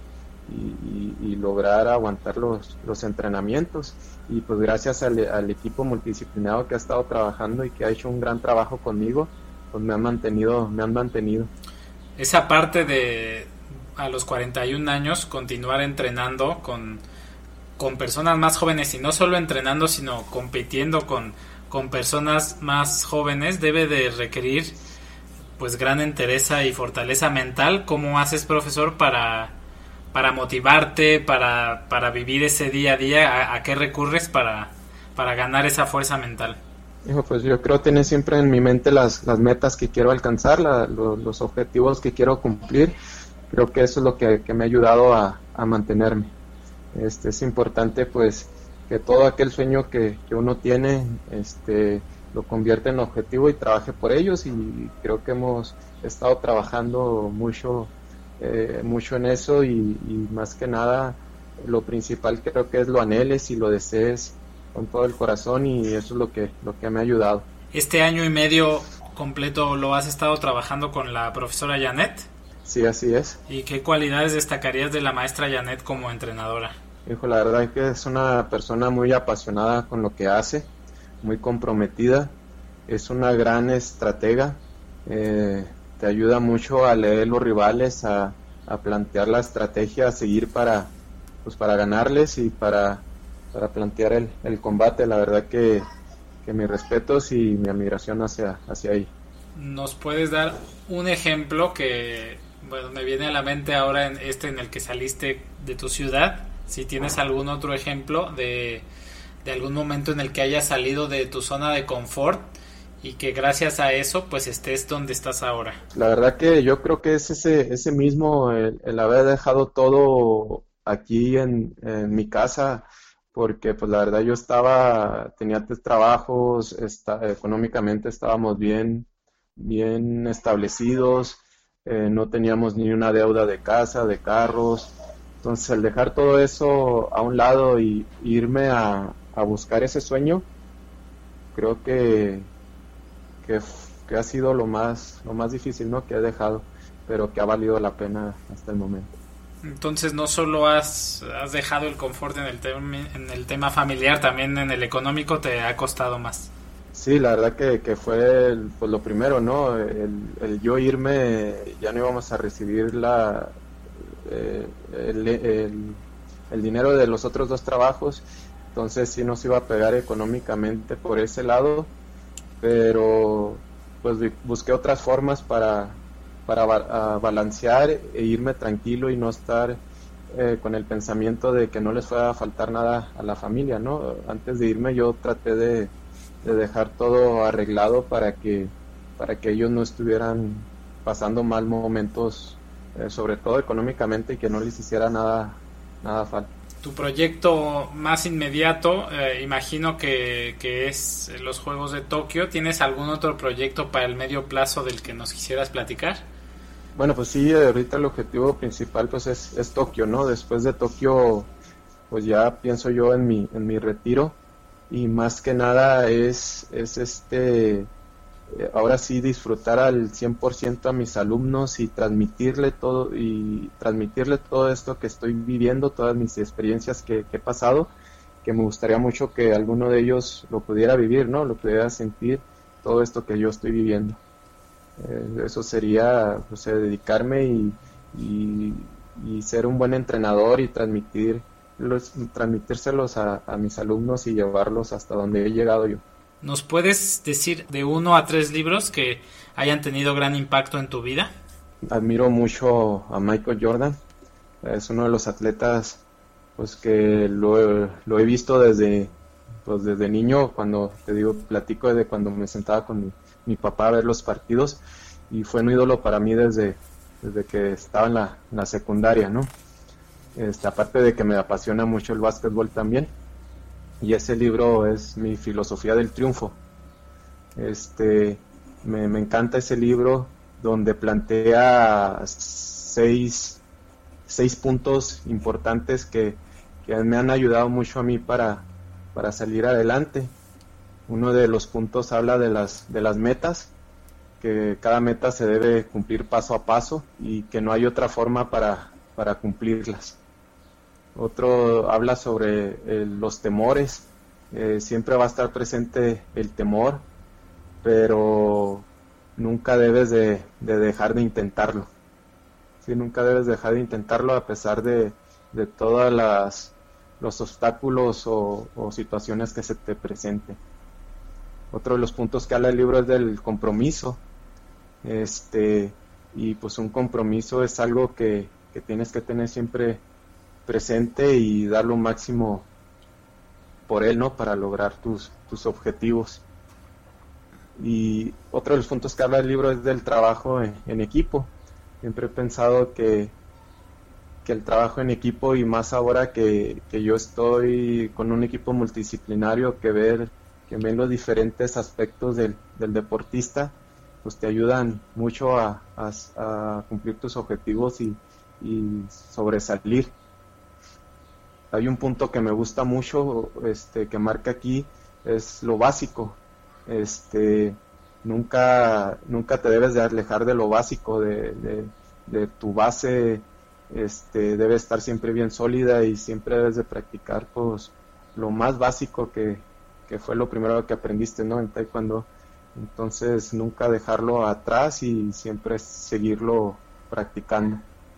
y, y, y lograr aguantar los, los entrenamientos, y pues gracias al, al equipo multidisciplinado que ha estado trabajando y que ha hecho un gran trabajo conmigo, pues me han mantenido, me han mantenido. Esa parte de a los cuarenta y un años continuar entrenando con, con personas más jóvenes, y no solo entrenando sino compitiendo con, con personas más jóvenes, debe de requerir pues gran entereza y fortaleza mental. ¿Cómo haces, profesor, para, para motivarte, para, para vivir ese día a día? ¿A, a qué recurres para, para ganar esa fuerza mental? Hijo, pues yo creo tener siempre en mi mente las, las metas que quiero alcanzar, la, lo, los objetivos que quiero cumplir. Creo que eso es lo que, que me ha ayudado a, a mantenerme. Este, es importante pues que todo aquel sueño que, que uno tiene este, lo convierta en objetivo y trabaje por ellos, y creo que hemos estado trabajando mucho, eh, mucho en eso, y, y más que nada lo principal creo que es lo anheles y lo desees con todo el corazón, y eso es lo que lo que me ha ayudado. Este año y medio completo lo has estado trabajando con la profesora Janet. Sí, así es. ¿Y qué cualidades destacarías de la maestra Janet como entrenadora? Hijo, la verdad es que es una persona muy apasionada con lo que hace, muy comprometida, es una gran estratega, eh, te ayuda mucho a leer los rivales, a, a plantear la estrategia a seguir para, pues para ganarles y para para plantear el, el combate. La verdad que, que mis respetos y mi admiración hacia, hacia ahí. ¿Nos puedes dar un ejemplo que, bueno, me viene a la mente ahora en este en el que saliste de tu ciudad? Si tienes algún otro ejemplo de, de algún momento en el que hayas salido de tu zona de confort y que gracias a eso pues estés donde estás ahora. La verdad que yo creo que es ese, ese mismo, el, el haber dejado todo aquí en, en mi casa, porque pues la verdad yo estaba, tenía tres trabajos, está, económicamente estábamos bien, bien establecidos, eh, no teníamos ni una deuda de casa, de carros. Entonces el dejar todo eso a un lado y irme a, a buscar ese sueño, creo que, que, que ha sido lo más, lo más difícil, ¿no?, que he dejado, pero que ha valido la pena hasta el momento. Entonces no solo has, has dejado el confort en el, tem- en el tema familiar, también en el económico te ha costado más. Sí, la verdad que, que fue el, pues lo primero, ¿no? El, el yo irme, ya no íbamos a recibir la, eh, el, el, el dinero de los otros dos trabajos, entonces sí nos iba a pegar económicamente por ese lado, pero pues busqué otras formas para... para ba- balancear e irme tranquilo y no estar eh, con el pensamiento de que no les fuera a faltar nada a la familia, ¿no? Antes de irme yo traté de, de dejar todo arreglado para que, para que ellos no estuvieran pasando mal momentos, eh, sobre todo económicamente, y que no les hiciera nada, nada falta. Tu proyecto más inmediato, eh, imagino que, que es los Juegos de Tokio. ¿Tienes algún otro proyecto para el medio plazo del que nos quisieras platicar? Bueno, pues sí, ahorita el objetivo principal pues es, es Tokio, ¿no? Después de Tokio, pues ya pienso yo en mi, en mi retiro, y más que nada es, es este, eh, ahora sí disfrutar al cien por ciento a mis alumnos y transmitirle todo, y transmitirle todo esto que estoy viviendo, todas mis experiencias que, que he pasado, que me gustaría mucho que alguno de ellos lo pudiera vivir, ¿no? Lo pudiera sentir, todo esto que yo estoy viviendo. Eh, eso sería, o sea, dedicarme y, y, y ser un buen entrenador y transmitir los, transmitírselos a, a mis alumnos y llevarlos hasta donde he llegado yo. ¿Nos puedes decir de uno a tres libros que hayan tenido gran impacto en tu vida? Admiro mucho a Michael Jordan, es uno de los atletas pues que lo, lo he visto desde, pues, desde niño, cuando te digo, platico de cuando me sentaba con mi mi papá a ver los partidos, y fue un ídolo para mí desde, desde que estaba en la, en la secundaria, ¿no? Este, aparte de que me apasiona mucho el básquetbol también, y ese libro es mi filosofía del triunfo. Este, me, me encanta ese libro, donde plantea seis, seis puntos importantes que, que me han ayudado mucho a mí para, para salir adelante. Uno de los puntos habla de las, de las metas, que cada meta se debe cumplir paso a paso y que no hay otra forma para, para cumplirlas. Otro habla sobre eh, los temores. Eh, siempre va a estar presente el temor, pero nunca debes de, de dejar de intentarlo. Sí, nunca debes dejar de intentarlo a pesar de, de todas las los obstáculos o, o situaciones que se te presenten. Otro de los puntos que habla el libro es del compromiso. Este, y pues un compromiso es algo que, que tienes que tener siempre presente y dar lo máximo por él, ¿no? Para lograr tus, tus objetivos. Y otro de los puntos que habla el libro es del trabajo en, en equipo. Siempre he pensado que, que el trabajo en equipo, y más ahora que, que yo estoy con un equipo multidisciplinario que ver, que ven los diferentes aspectos del, del deportista, pues te ayudan mucho a, a, a cumplir tus objetivos y, y sobresalir. Hay un punto que me gusta mucho, este, que marca aquí, es lo básico. Este, nunca, nunca te debes de alejar de lo básico, de, de, de tu base, este, debe estar siempre bien sólida y siempre debes de practicar, pues, lo más básico que, que fue lo primero que aprendiste, ¿no? En Taekwondo. Entonces nunca dejarlo atrás y siempre seguirlo practicando.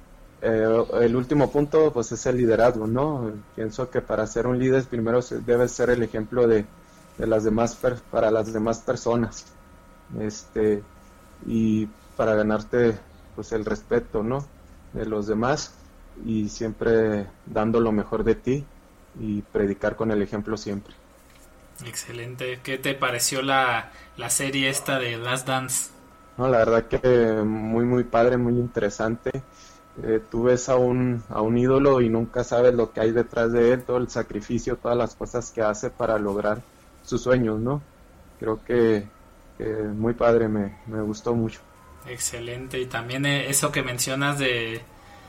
Eh, el último punto pues es el liderazgo, ¿no? Pienso que para ser un líder primero se, debes ser el ejemplo de, de las demás per, para las demás personas, este, y para ganarte pues el respeto, ¿no? De los demás, y siempre dando lo mejor de ti y predicar con el ejemplo siempre. Excelente. ¿Qué te pareció la, la serie esta de Last Dance? No, la verdad que muy muy padre, muy interesante. Eh, tú ves a un, a un ídolo y nunca sabes lo que hay detrás de él, todo el sacrificio, todas las cosas que hace para lograr sus sueños, ¿no? Creo que, que muy padre, me, me gustó mucho. Excelente. Y también eso que mencionas de,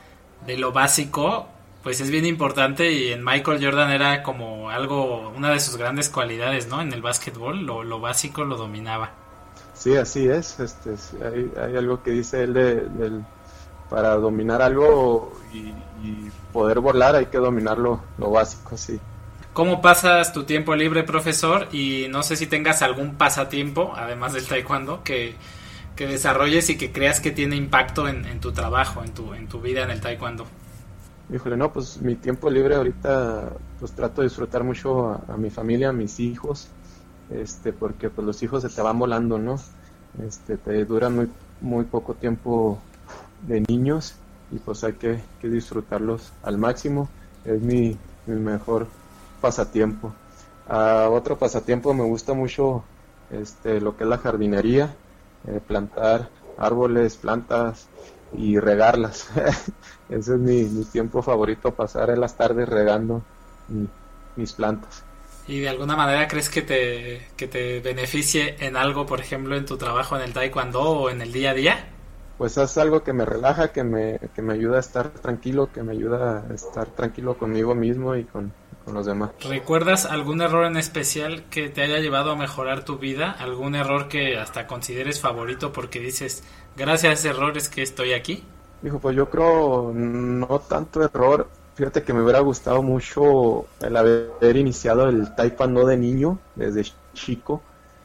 de lo básico, pues es bien importante, y en Michael Jordan era como algo, una de sus grandes cualidades, ¿no? En el básquetbol, lo, lo básico lo dominaba. Sí, así es. Este, hay, hay algo que dice él de, del, para dominar algo y, y poder volar hay que dominar lo, lo básico, sí. ¿Cómo pasas tu tiempo libre, profesor? Y no sé si tengas algún pasatiempo, además del taekwondo, que, que desarrolles y que creas que tiene impacto en, en tu trabajo, en tu, en tu vida en el taekwondo. Híjole, no, pues mi tiempo libre ahorita pues trato de disfrutar mucho a, a mi familia, a mis hijos, este, porque pues los hijos se te van volando, ¿no? Este, te duran muy, muy poco tiempo de niños y pues hay que, que disfrutarlos al máximo. Es mi, mi mejor pasatiempo. Uh, otro pasatiempo, me gusta mucho este, lo que es la jardinería, eh, plantar árboles, plantas y regarlas. Ese es mi, mi tiempo favorito, pasar en las tardes regando mi, mis plantas. ¿Y de alguna manera crees que te, que te beneficie en algo, por ejemplo, en tu trabajo en el taekwondo o en el día a día? Pues es algo que me relaja, que me, que me ayuda a estar tranquilo, que me ayuda a estar tranquilo conmigo mismo y con, con los demás. ¿Recuerdas algún error en especial que te haya llevado a mejorar tu vida? ¿Algún error que hasta consideres favorito porque dices, gracias a ese error es que estoy aquí? Dijo, pues yo creo no tanto error. Fíjate que me hubiera gustado mucho el haber iniciado el taekwondo de niño, desde chico.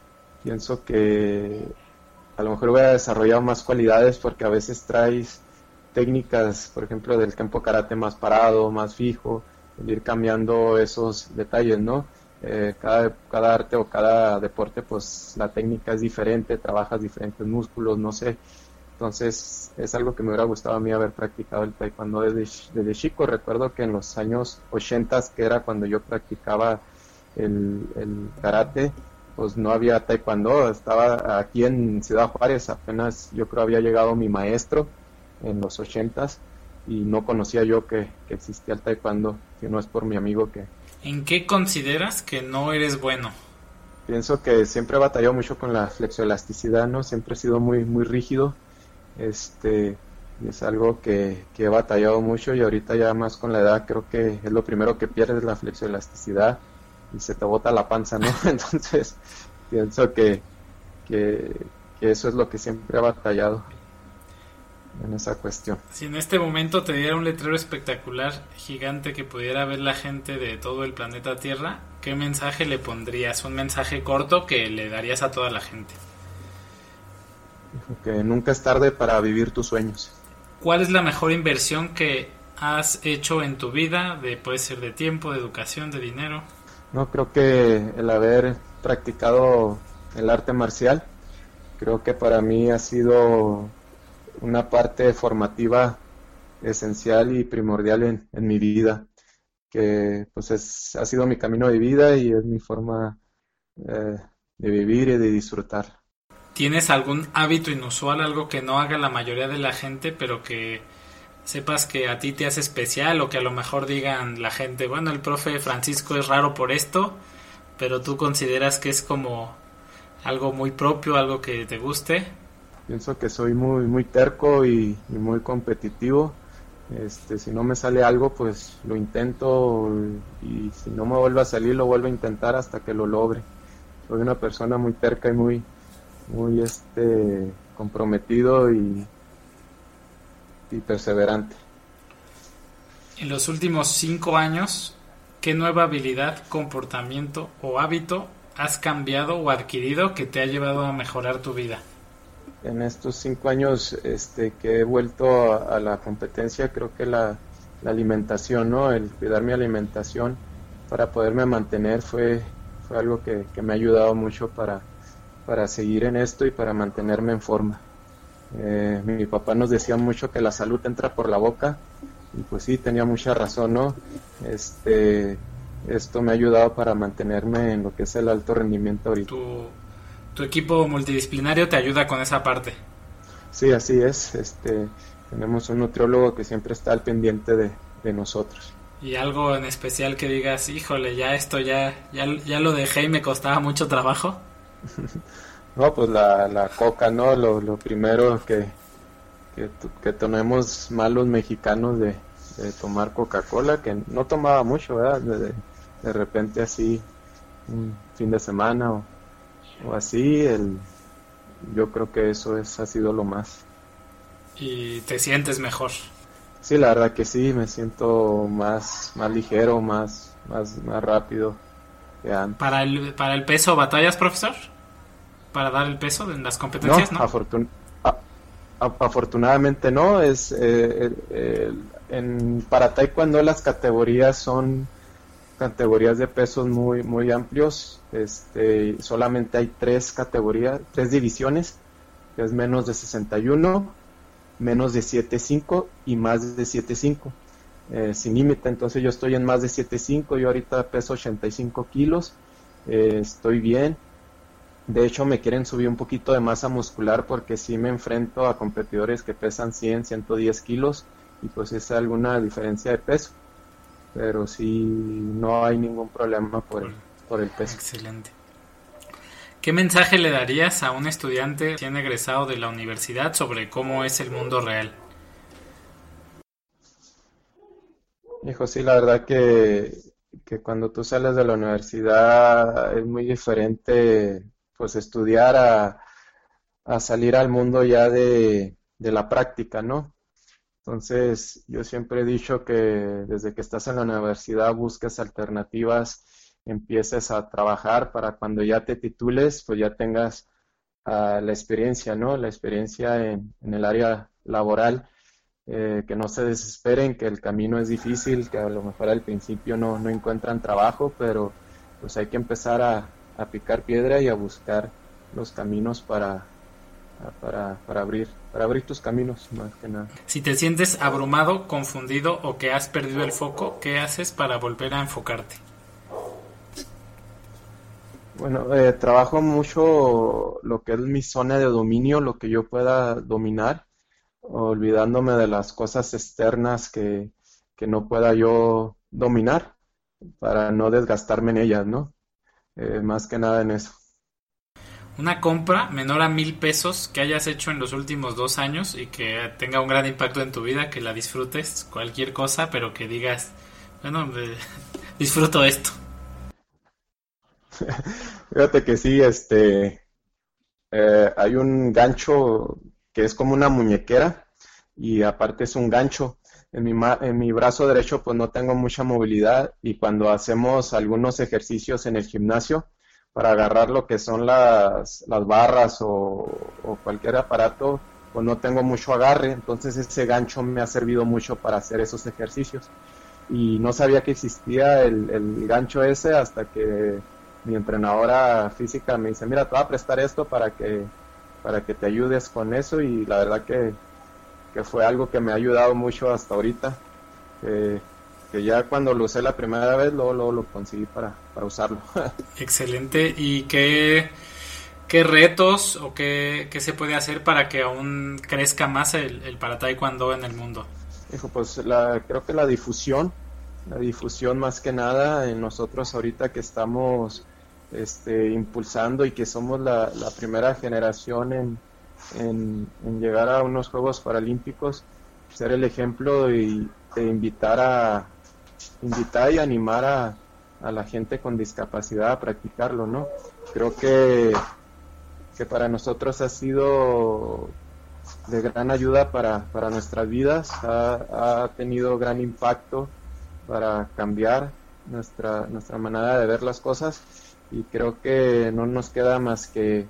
Pienso que a lo mejor hubiera desarrollado más cualidades porque a veces traes técnicas, por ejemplo, del Kenpo Karate más parado, más fijo, el ir cambiando esos detalles, ¿no? Eh, cada, cada arte o cada deporte, pues la técnica es diferente, trabajas diferentes músculos, no sé. Entonces es algo que me hubiera gustado a mí haber practicado el taekwondo desde, desde chico. Recuerdo que en los años ochenta, que era cuando yo practicaba el, el karate, pues no había taekwondo. Estaba aquí en Ciudad Juárez, apenas yo creo había llegado mi maestro en los ochentas y no conocía yo que, que existía el taekwondo, si no es por mi amigo que... ¿En qué consideras que no eres bueno? Pienso que siempre he batallado mucho con la flexoelasticidad, ¿no? Siempre he sido muy, muy rígido. este, y es algo que, que he batallado mucho y ahorita ya más con la edad creo que es lo primero que pierdes, la flexoelasticidad y se te bota la panza, ¿no? Entonces pienso que, que, que eso es lo que siempre he batallado en esa cuestión. Si en este momento te diera un letrero espectacular, gigante, que pudiera ver la gente de todo el planeta Tierra, ¿qué mensaje le pondrías? Un mensaje corto que le darías a toda la gente. Que nunca es tarde para vivir tus sueños. ¿Cuál es la mejor inversión que has hecho en tu vida? De, puede ser de tiempo, de educación, de dinero. No, creo que el haber practicado el arte marcial, creo que para mí ha sido una parte formativa esencial y primordial en, en mi vida, que pues es, ha sido mi camino de vida y es mi forma eh, de vivir y de disfrutar. ¿Tienes algún hábito inusual, algo que no haga la mayoría de la gente, pero que sepas que a ti te hace especial, o que a lo mejor digan la gente, bueno, el profe Francisco es raro por esto, pero tú consideras que es como algo muy propio, algo que te guste? Pienso que soy muy muy terco y, y muy competitivo. Este, si no me sale algo, pues lo intento y si no me vuelve a salir, lo vuelvo a intentar hasta que lo logre. Soy una persona muy terca y muy muy este comprometido y, y perseverante. En los últimos cinco años, ¿qué nueva habilidad, comportamiento o hábito has cambiado o adquirido que te ha llevado a mejorar tu vida? En estos cinco años este, que he vuelto a, a la competencia, creo que la, la alimentación, ¿no? El cuidar mi alimentación para poderme mantener fue, fue algo que, que me ha ayudado mucho para, para seguir en esto y para mantenerme en forma. Eh, mi papá nos decía mucho que la salud entra por la boca y pues sí, tenía mucha razón, ¿no? Este, esto me ha ayudado para mantenerme en lo que es el alto rendimiento ahorita. Tu, tu equipo multidisciplinario te ayuda con esa parte. Sí, así es. Este, tenemos un nutriólogo que siempre está al pendiente de, de nosotros. ¿Y algo en especial que digas, híjole, ya esto ya, ya, ya lo dejé y me costaba mucho trabajo? No, pues la, la coca, ¿no? Lo, lo primero que, que, que tenemos mal los mexicanos de, de tomar Coca-Cola, que no tomaba mucho, ¿verdad? De, de repente así, un fin de semana o, o así, el, yo creo que eso es, ha sido lo más. ¿Y te sientes mejor? Sí, la verdad que sí, me siento más, más ligero, más, más, más rápido que antes. ¿Para el, para el peso batallas, profesor? ¿Para dar el peso en las competencias? No, no, afortun a, a, afortunadamente no. Es eh, el, el, en, para taekwondo las categorías son categorías de pesos muy muy amplios. Este, solamente hay tres categorías, tres divisiones, que es menos de sesenta y uno, menos de siete punto cinco y más de siete punto cinco. Eh, sin límite, entonces yo estoy en más de siete punto cinco, yo ahorita peso ochenta y cinco kilos, eh, estoy bien. De hecho me quieren subir un poquito de masa muscular porque sí me enfrento a competidores que pesan cien, ciento diez kilos y pues es alguna diferencia de peso, pero sí no hay ningún problema por el, por el peso. Excelente. ¿Qué mensaje le darías a un estudiante recién egresado de la universidad sobre cómo es el mundo real? Hijo, sí, la verdad que, que cuando tú sales de la universidad es muy diferente pues estudiar a, a salir al mundo ya de, de la práctica, ¿no? Entonces, yo siempre he dicho que desde que estás en la universidad busques alternativas, empieces a trabajar para cuando ya te titules, pues ya tengas uh, la experiencia, ¿no? La experiencia en, en el área laboral, eh, que no se desesperen, que el camino es difícil, que a lo mejor al principio no, no encuentran trabajo, pero pues hay que empezar a, a picar piedra y a buscar los caminos para, para, para abrir, para abrir tus caminos, más que nada. Si te sientes abrumado, confundido o que has perdido el foco, ¿qué haces para volver a enfocarte? Bueno, eh, trabajo mucho lo que es mi zona de dominio, lo que yo pueda dominar, olvidándome de las cosas externas que, que no pueda yo dominar, para no desgastarme en ellas, ¿no? Eh, más que nada en eso. una compra menor a mil pesos que hayas hecho en los últimos dos años y que tenga un gran impacto en tu vida, que la disfrutes, cualquier cosa, pero que digas, bueno, eh, disfruto esto. Fíjate que sí, este, eh, hay un gancho que es como una muñequera y aparte es un gancho. En mi, ma- en mi brazo derecho pues no tengo mucha movilidad y cuando hacemos algunos ejercicios en el gimnasio para agarrar lo que son las, las barras o, o cualquier aparato, pues no tengo mucho agarre, entonces ese gancho me ha servido mucho para hacer esos ejercicios. Y no sabía que existía el, el gancho ese hasta que mi entrenadora física me dice, mira, te voy a prestar esto para que, para que te ayudes con eso, y la verdad que, que fue algo que me ha ayudado mucho hasta ahorita, que, que ya cuando lo usé la primera vez, luego, luego lo conseguí para, para usarlo. Excelente. ¿Y qué, qué retos o qué, qué se puede hacer para que aún crezca más el, el para taekwondo en el mundo? Hijo, pues la, creo que la difusión, la difusión más que nada en nosotros ahorita que estamos este, impulsando y que somos la, la primera generación en, en, en llegar a unos Juegos Paralímpicos, ser el ejemplo y e invitar a invitar y animar a, a la gente con discapacidad a practicarlo, ¿no? Creo que, que para nosotros ha sido de gran ayuda para, para nuestras vidas, ha, ha tenido gran impacto para cambiar nuestra, nuestra manera de ver las cosas, y creo que no nos queda más que,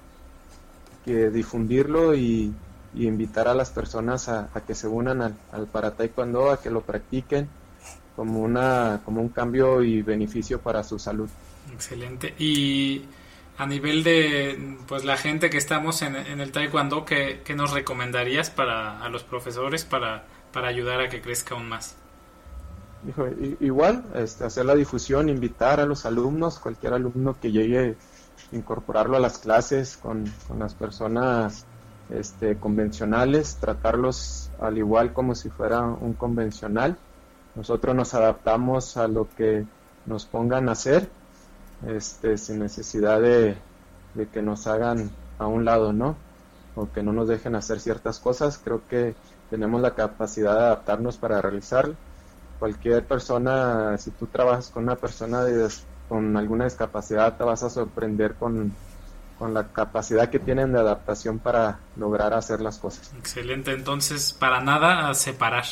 que difundirlo y, y invitar a las personas a, a que se unan al, al para taekwondo, a que lo practiquen como una como un cambio y beneficio para su salud. Excelente. Y a nivel de pues la gente que estamos en, en el taekwondo, ¿qué, qué nos recomendarías para a los profesores para, para ayudar a que crezca aún más? Dijo, igual, este, hacer la difusión, invitar a los alumnos, cualquier alumno que llegue, incorporarlo a las clases con, con las personas este, convencionales, tratarlos al igual como si fuera un convencional. Nosotros nos adaptamos a lo que nos pongan a hacer, este, sin necesidad de, de que nos hagan a un lado, ¿no? O que no nos dejen hacer ciertas cosas. Creo que tenemos la capacidad de adaptarnos para realizarlo. Cualquier persona, si tú trabajas con una persona de, con alguna discapacidad, te vas a sorprender con, con la capacidad que tienen de adaptación para lograr hacer las cosas. Excelente, entonces para nada a separar.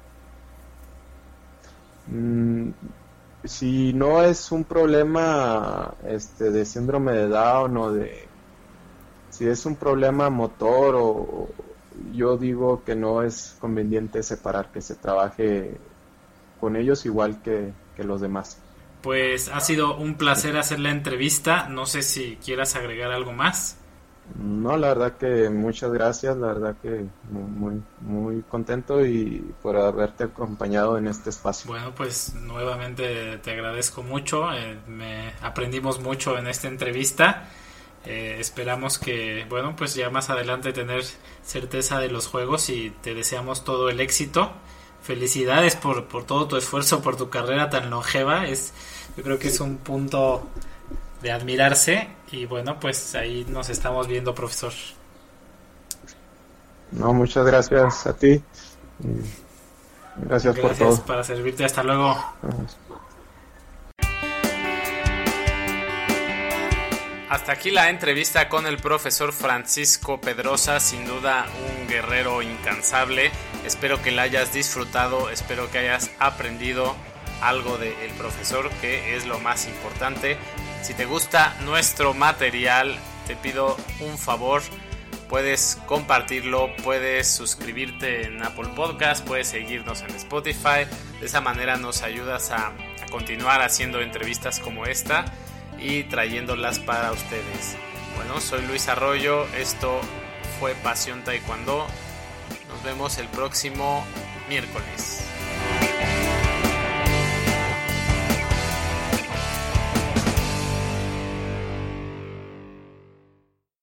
Mm, si no es un problema este, de síndrome de Down o de... Si es un problema motor, o yo digo que no es conveniente separar, que se trabaje con ellos igual que, que los demás. Pues ha sido un placer hacer la entrevista. No sé si quieras agregar algo más. No, la verdad que muchas gracias, la verdad que muy, muy contento y por haberte acompañado en este espacio. Bueno, pues nuevamente te agradezco mucho, eh, me aprendimos mucho en esta entrevista. Eh, esperamos que, bueno, pues ya más adelante tener certeza de los juegos, y te deseamos todo el éxito. Felicidades por, por todo tu esfuerzo, por tu carrera tan longeva. Es, yo creo que es un punto de admirarse, y bueno, pues ahí nos estamos viendo, profesor. No, muchas gracias a ti. Gracias, gracias por todo. Gracias, para servirte. Hasta luego. Gracias. Hasta aquí la entrevista con el profesor Francisco Pedrosa, sin duda un guerrero incansable. Espero que la hayas disfrutado, espero que hayas aprendido algo del profesor, que es lo más importante. Si te gusta nuestro material, te pido un favor, puedes compartirlo, puedes suscribirte en Apple Podcast, puedes seguirnos en Spotify. De esa manera nos ayudas a, a continuar haciendo entrevistas como esta y trayéndolas para ustedes. Bueno, soy Luis Arroyo, esto fue Pasión Taekwondo. Nos vemos el próximo miércoles.